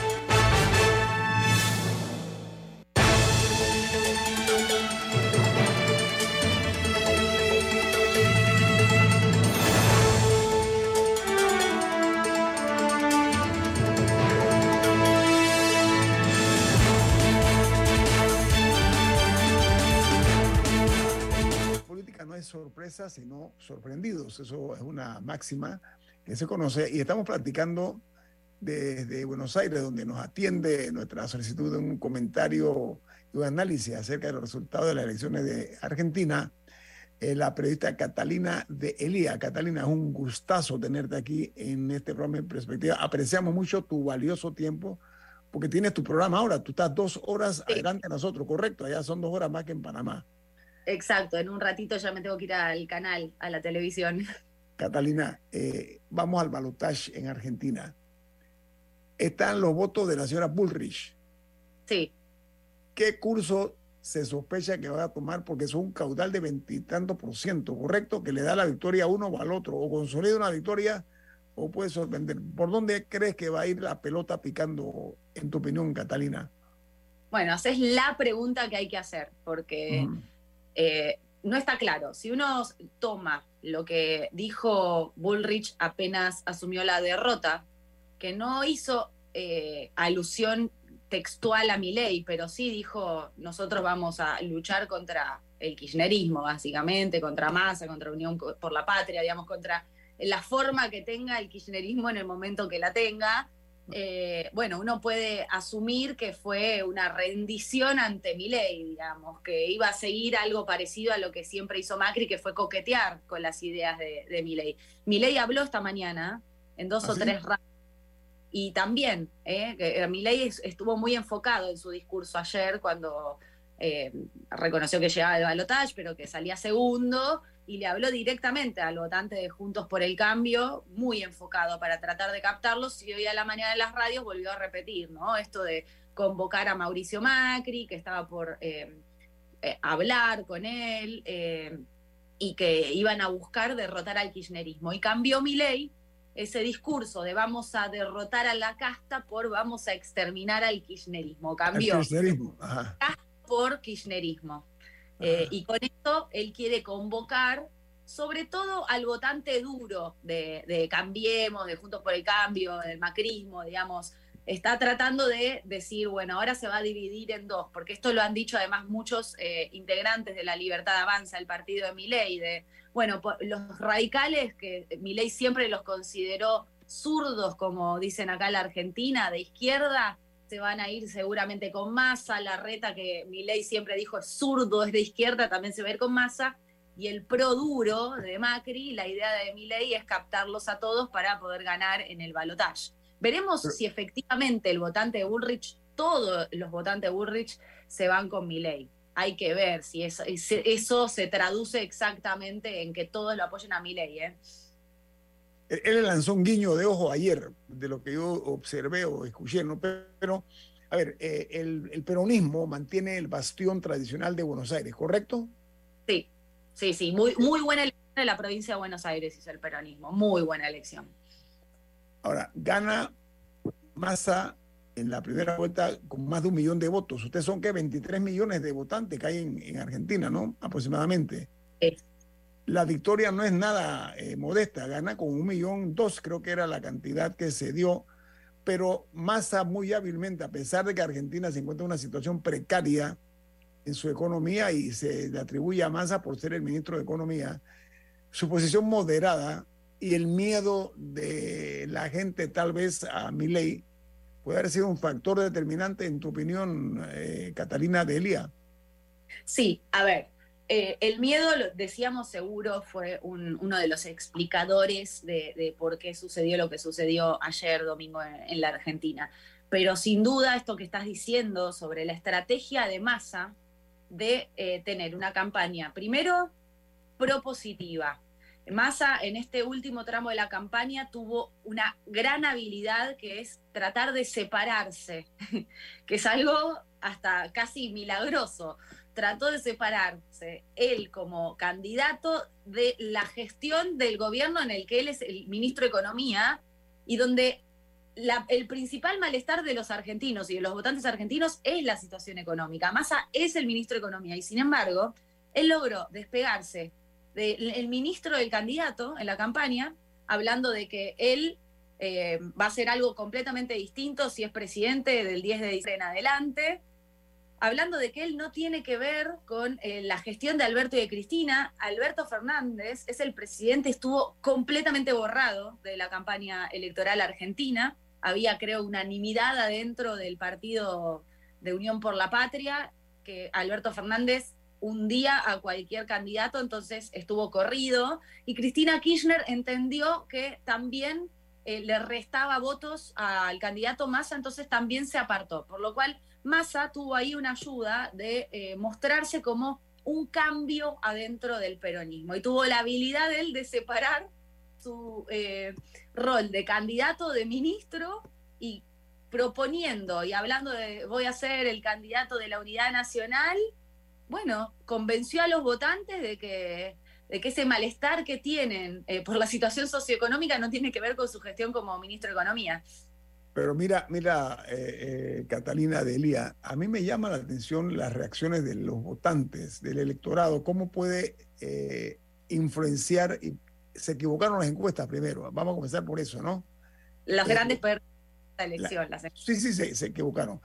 Sorpresas, sino sorprendidos. Eso es una máxima que se conoce y estamos platicando desde Buenos Aires, donde nos atiende nuestra solicitud de un comentario y un análisis acerca de los resultados de las elecciones de Argentina, la periodista Catalina de Elía. Catalina, es un gustazo tenerte aquí en este programa En Perspectiva. Apreciamos mucho tu valioso tiempo porque tienes tu programa ahora. Tú estás 2 horas adelante de nosotros, ¿correcto? Allá son 2 horas más que en Panamá. Exacto, en un ratito ya me tengo que ir al canal, a la televisión. Catalina, vamos al balotaje en Argentina. Están los votos de la señora Bullrich. Sí. ¿Qué curso se sospecha que va a tomar? Porque es un caudal de 20 y tantos %, ¿correcto? Que le da la victoria a uno o al otro. O consolida una victoria o puede sorprender. ¿Por dónde crees que va a ir la pelota picando, en tu opinión, Catalina? Bueno, esa es la pregunta que hay que hacer, porque... no está claro. Si uno toma lo que dijo Bullrich apenas asumió la derrota, que no hizo alusión textual a Milei, pero sí dijo, nosotros vamos a luchar contra el kirchnerismo, básicamente, contra Massa, contra Unión por la Patria, digamos, contra la forma que tenga el kirchnerismo en el momento que la tenga. Bueno, uno puede asumir que fue una rendición ante Milei, digamos, que iba a seguir algo parecido a lo que siempre hizo Macri, que fue coquetear con las ideas de Milei. Milei habló esta mañana en 2 o 3 radios, y también que Milei estuvo muy enfocado en su discurso ayer cuando reconoció que llegaba al balotaje, pero que salía segundo, y le habló directamente al votante de Juntos por el Cambio, muy enfocado para tratar de captarlos, y hoy a la mañana en las radios volvió a repetir, ¿no? Esto de convocar a Mauricio Macri, que estaba por hablar con él, y que iban a buscar derrotar al kirchnerismo. Y cambió Milei ese discurso de vamos a derrotar a la casta por vamos a exterminar al kirchnerismo. Cambió el kirchnerismo. Ajá. Casta por kirchnerismo. Y con esto él quiere convocar sobre todo al votante duro de Cambiemos, de Juntos por el Cambio, del macrismo, digamos, está tratando de decir, bueno, ahora se va a dividir en dos, porque esto lo han dicho además muchos integrantes de la Libertad Avanza, el partido de Milei, bueno, los radicales, que Milei siempre los consideró zurdos, como dicen acá en la Argentina, de izquierda, se van a ir seguramente con Massa. Larreta, que Milei siempre dijo es zurdo, es de izquierda, también se va a ir con Massa. Y el pro duro de Macri, la idea de Milei es captarlos a todos para poder ganar en el balotaje. Veremos si efectivamente el votante de Bullrich, todos los votantes de Bullrich se van con Milei. Hay que ver si eso se traduce exactamente en que todos lo apoyen a Milei, ¿eh? Él le lanzó un guiño de ojo ayer, de lo que yo observé o escuché, ¿no? Pero a ver, el peronismo mantiene el bastión tradicional de Buenos Aires, ¿correcto? Sí. Muy buena elección de la provincia de Buenos Aires hizo el peronismo. Muy buena elección. Ahora, gana Massa en la primera vuelta con más de 1 millón de votos. Ustedes son, ¿qué? 23 millones de votantes que hay en Argentina, ¿no? Aproximadamente. Sí. La victoria no es nada modesta, gana con 1,2 millones, creo que era la cantidad que se dio, pero Massa muy hábilmente, a pesar de que Argentina se encuentra en una situación precaria en su economía y se le atribuye a Massa por ser el ministro de Economía, su posición moderada y el miedo de la gente tal vez a Milei puede haber sido un factor determinante en tu opinión, Catalina Delia. Sí, a ver. El miedo, lo decíamos seguro, fue uno de los explicadores de por qué sucedió lo que sucedió ayer domingo en la Argentina. Pero sin duda esto que estás diciendo sobre la estrategia de Massa de tener una campaña, primero, propositiva. Massa en este último tramo de la campaña tuvo una gran habilidad que es tratar de separarse, que es algo hasta casi milagroso. Trató de separarse él como candidato de la gestión del gobierno en el que él es el ministro de Economía y donde el principal malestar de los argentinos y de los votantes argentinos es la situación económica. Massa es el ministro de Economía y sin embargo él logró despegarse del ministro del candidato en la campaña, hablando de que él va a hacer algo completamente distinto si es presidente del 10 de diciembre en adelante, hablando de que él no tiene que ver con la gestión de Alberto y de Cristina. Alberto Fernández es el presidente, estuvo completamente borrado de la campaña electoral argentina. Había, creo, unanimidad adentro del partido de Unión por la Patria, que Alberto Fernández hundía a cualquier candidato, entonces estuvo corrido. Y Cristina Kirchner entendió que también le restaba votos al candidato Massa, entonces también se apartó. Por lo cual Massa tuvo ahí una ayuda de mostrarse como un cambio adentro del peronismo y tuvo la habilidad él de separar su rol de candidato, de ministro, y proponiendo y hablando de voy a ser el candidato de la Unidad Nacional, bueno, convenció a los votantes de que ese malestar que tienen por la situación socioeconómica no tiene que ver con su gestión como ministro de Economía. Pero mira, Catalina Delia, a mí me llama la atención las reacciones de los votantes, del electorado, cómo puede influenciar, y se equivocaron las encuestas primero, vamos a comenzar por eso, ¿no? Los grandes poderes de la elección. Sí, se equivocaron.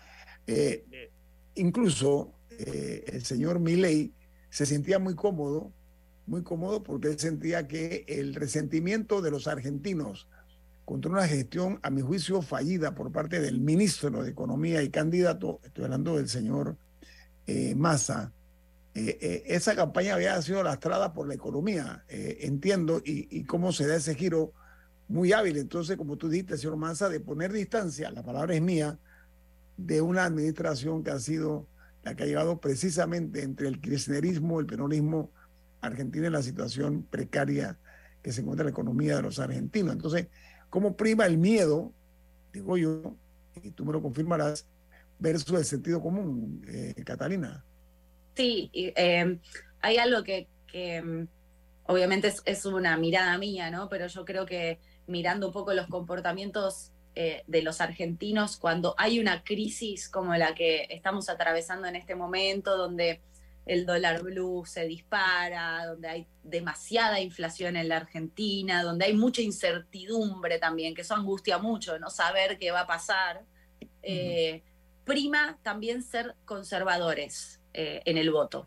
Incluso el señor Milei se sentía muy cómodo porque él sentía que el resentimiento de los argentinos contra una gestión, a mi juicio, fallida por parte del ministro de Economía y candidato, estoy hablando del señor Massa, esa campaña había sido lastrada por la economía, entiendo, y cómo se da ese giro muy hábil. Entonces, como tú dijiste, señor Massa, de poner distancia, la palabra es mía, de una administración que ha sido la que ha llevado precisamente entre el kirchnerismo, el peronismo argentino, en la situación precaria que se encuentra la economía de los argentinos. Entonces, ¿cómo prima el miedo, digo yo, y tú me lo confirmarás, versus el sentido común, Catalina? Sí, hay algo que obviamente es una mirada mía, ¿no? Pero yo creo que mirando un poco los comportamientos de los argentinos, cuando hay una crisis como la que estamos atravesando en este momento, donde el dólar blue se dispara, donde hay demasiada inflación en la Argentina, donde hay mucha incertidumbre también, que eso angustia mucho, no saber qué va a pasar, prima también ser conservadores en el voto.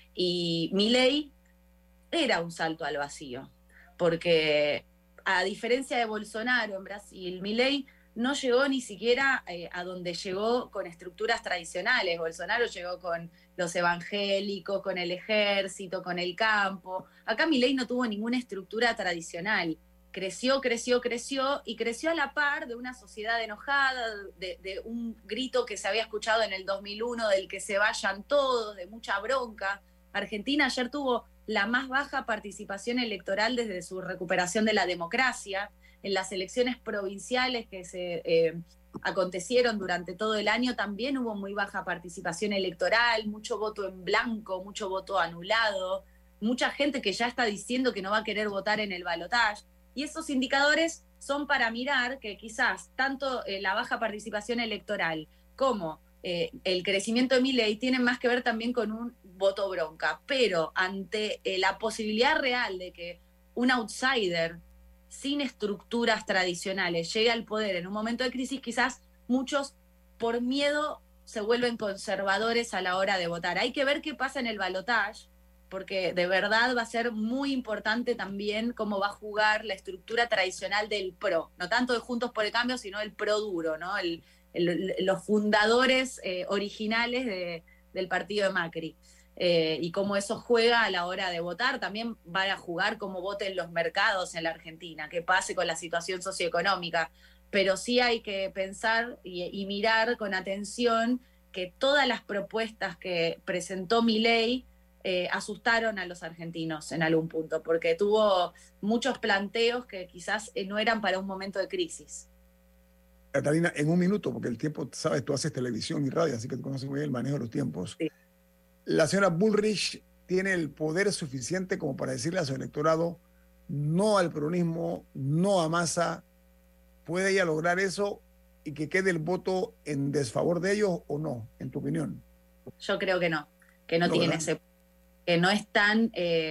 Y Milei era un salto al vacío, porque a diferencia de Bolsonaro en Brasil, Milei no llegó ni siquiera a donde llegó con estructuras tradicionales. Bolsonaro llegó con los evangélicos, con el ejército, con el campo. Acá Milei no tuvo ninguna estructura tradicional. Creció y creció a la par de una sociedad enojada, de un grito que se había escuchado en el 2001 del que se vayan todos, de mucha bronca. Argentina ayer tuvo la más baja participación electoral desde su recuperación de la democracia. En las elecciones provinciales que se acontecieron durante todo el año también hubo muy baja participación electoral, mucho voto en blanco, mucho voto anulado, mucha gente que ya está diciendo que no va a querer votar en el balotaje. Y esos indicadores son para mirar que quizás tanto la baja participación electoral como el crecimiento de Milei tienen más que ver también con un voto bronca. Pero ante la posibilidad real de que un outsider sin estructuras tradicionales llegue al poder en un momento de crisis, quizás muchos por miedo se vuelven conservadores a la hora de votar. Hay que ver qué pasa en el balotaje, porque de verdad va a ser muy importante también cómo va a jugar la estructura tradicional del PRO, no tanto de Juntos por el Cambio, sino el PRO duro, ¿no? Los fundadores originales del partido de Macri. Y cómo eso juega a la hora de votar. También va a jugar cómo voten los mercados en la Argentina, qué pase con la situación socioeconómica. Pero sí hay que pensar y mirar con atención que todas las propuestas que presentó Milei asustaron a los argentinos en algún punto, porque tuvo muchos planteos que quizás no eran para un momento de crisis. Catalina, en un minuto, porque el tiempo, sabes, tú haces televisión y radio, así que tú conoces muy bien el manejo de los tiempos. Sí. La señora Bullrich tiene el poder suficiente como para decirle a su electorado no al peronismo, no a Massa. ¿Puede ella lograr eso y que quede el voto en desfavor de ellos o no, en tu opinión? Yo creo que no tiene ese, que no es tan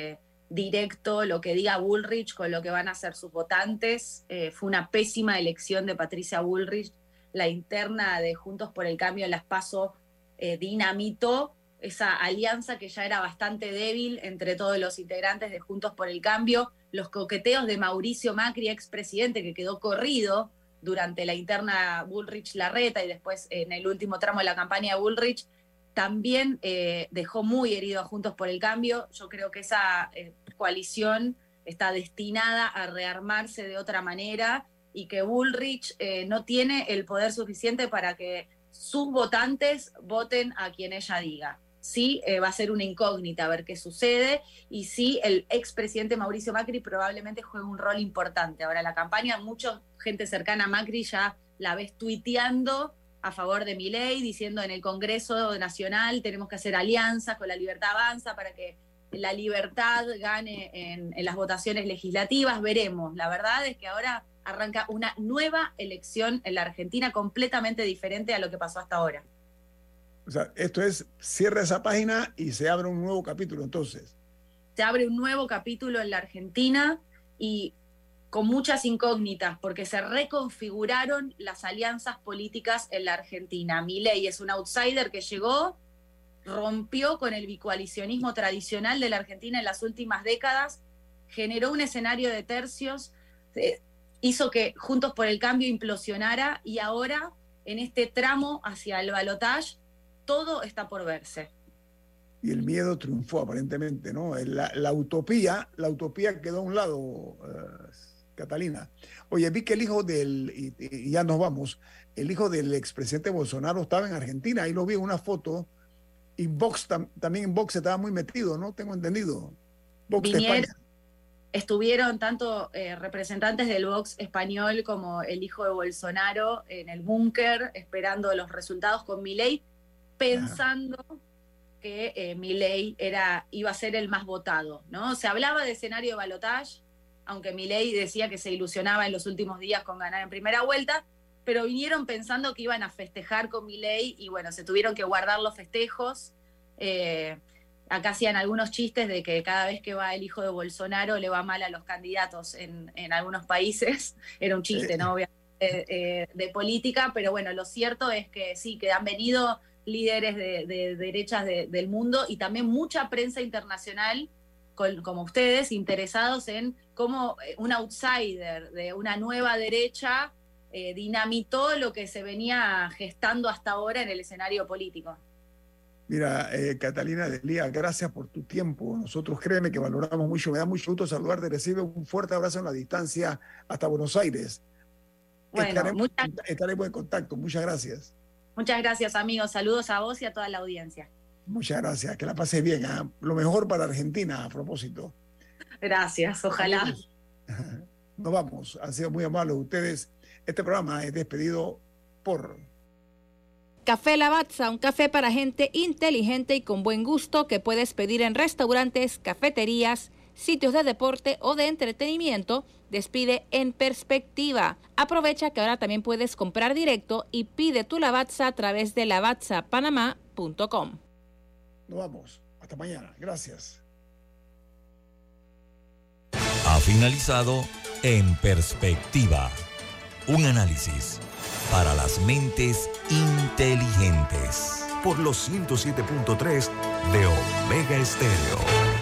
directo lo que diga Bullrich con lo que van a hacer sus votantes. Fue una pésima elección de Patricia Bullrich. La interna de Juntos por el Cambio en las PASO dinamitó esa alianza que ya era bastante débil entre todos los integrantes de Juntos por el Cambio, los coqueteos de Mauricio Macri, expresidente, que quedó corrido durante la interna Bullrich-Larreta y después en el último tramo de la campaña de Bullrich, también dejó muy herido a Juntos por el Cambio. Yo creo que esa coalición está destinada a rearmarse de otra manera y que Bullrich no tiene el poder suficiente para que sus votantes voten a quien ella diga. Sí, va a ser una incógnita a ver qué sucede, y sí, el expresidente Mauricio Macri probablemente juegue un rol importante. Ahora, la campaña, mucha gente cercana a Macri ya la ves tuiteando a favor de Milei, diciendo en el Congreso Nacional tenemos que hacer alianzas con La Libertad Avanza para que la libertad gane en las votaciones legislativas. Veremos. La verdad es que ahora arranca una nueva elección en la Argentina completamente diferente a lo que pasó hasta ahora. O sea, esto es, cierra esa página y se abre un nuevo capítulo, entonces. Se abre un nuevo capítulo en la Argentina y con muchas incógnitas, porque se reconfiguraron las alianzas políticas en la Argentina. Milei es un outsider que llegó, rompió con el bicoalicionismo tradicional de la Argentina en las últimas décadas, generó un escenario de tercios, hizo que Juntos por el Cambio implosionara, y ahora, en este tramo hacia el balotaje, todo está por verse. Y el miedo triunfó aparentemente, ¿no? La utopía quedó a un lado, Catalina. Oye, vi que el hijo y ya nos vamos, el hijo del expresidente Bolsonaro estaba en Argentina, ahí lo vi en una foto, y Vox también en Vox estaba muy metido, ¿no? Tengo entendido. Vox de España. Estuvieron tanto representantes del Vox español como el hijo de Bolsonaro en el búnker, esperando los resultados con Milei, pensando que Milei iba a ser el más votado, ¿no? Se hablaba de escenario de balotaje, aunque Milei decía que se ilusionaba en los últimos días con ganar en primera vuelta, pero vinieron pensando que iban a festejar con Milei y bueno, se tuvieron que guardar los festejos. Acá hacían algunos chistes de que cada vez que va el hijo de Bolsonaro le va mal a los candidatos en algunos países. Era un chiste, ¿no? Obviamente. de política, pero bueno, lo cierto es que sí, que han venido líderes de derechas del mundo y también mucha prensa internacional como ustedes, interesados en cómo un outsider de una nueva derecha dinamitó lo que se venía gestando hasta ahora en el escenario político. Mira, Catalina Delía, gracias por tu tiempo. Nosotros, créeme que valoramos mucho. Me da mucho gusto saludarte. Recibe un fuerte abrazo en la distancia hasta Buenos Aires. Bueno, estaremos en contacto. Muchas gracias. Muchas gracias, amigos. Saludos a vos y a toda la audiencia. Muchas gracias. Que la pases bien. ¿Eh? Lo mejor para Argentina, a propósito. Gracias. Ojalá. Nos vamos. Han sido muy amables ustedes. Este programa es despedido por... Café Lavazza, un café para gente inteligente y con buen gusto que puedes pedir en restaurantes, cafeterías, sitios de deporte o de entretenimiento. Despide en perspectiva. Aprovecha que ahora también puedes comprar directo y pide tu Lavazza a través de lavazzapanamá.com. Nos vamos. Hasta mañana. Gracias. Ha finalizado En Perspectiva. Un análisis para las mentes inteligentes. Por los 107.3 de Omega Estéreo.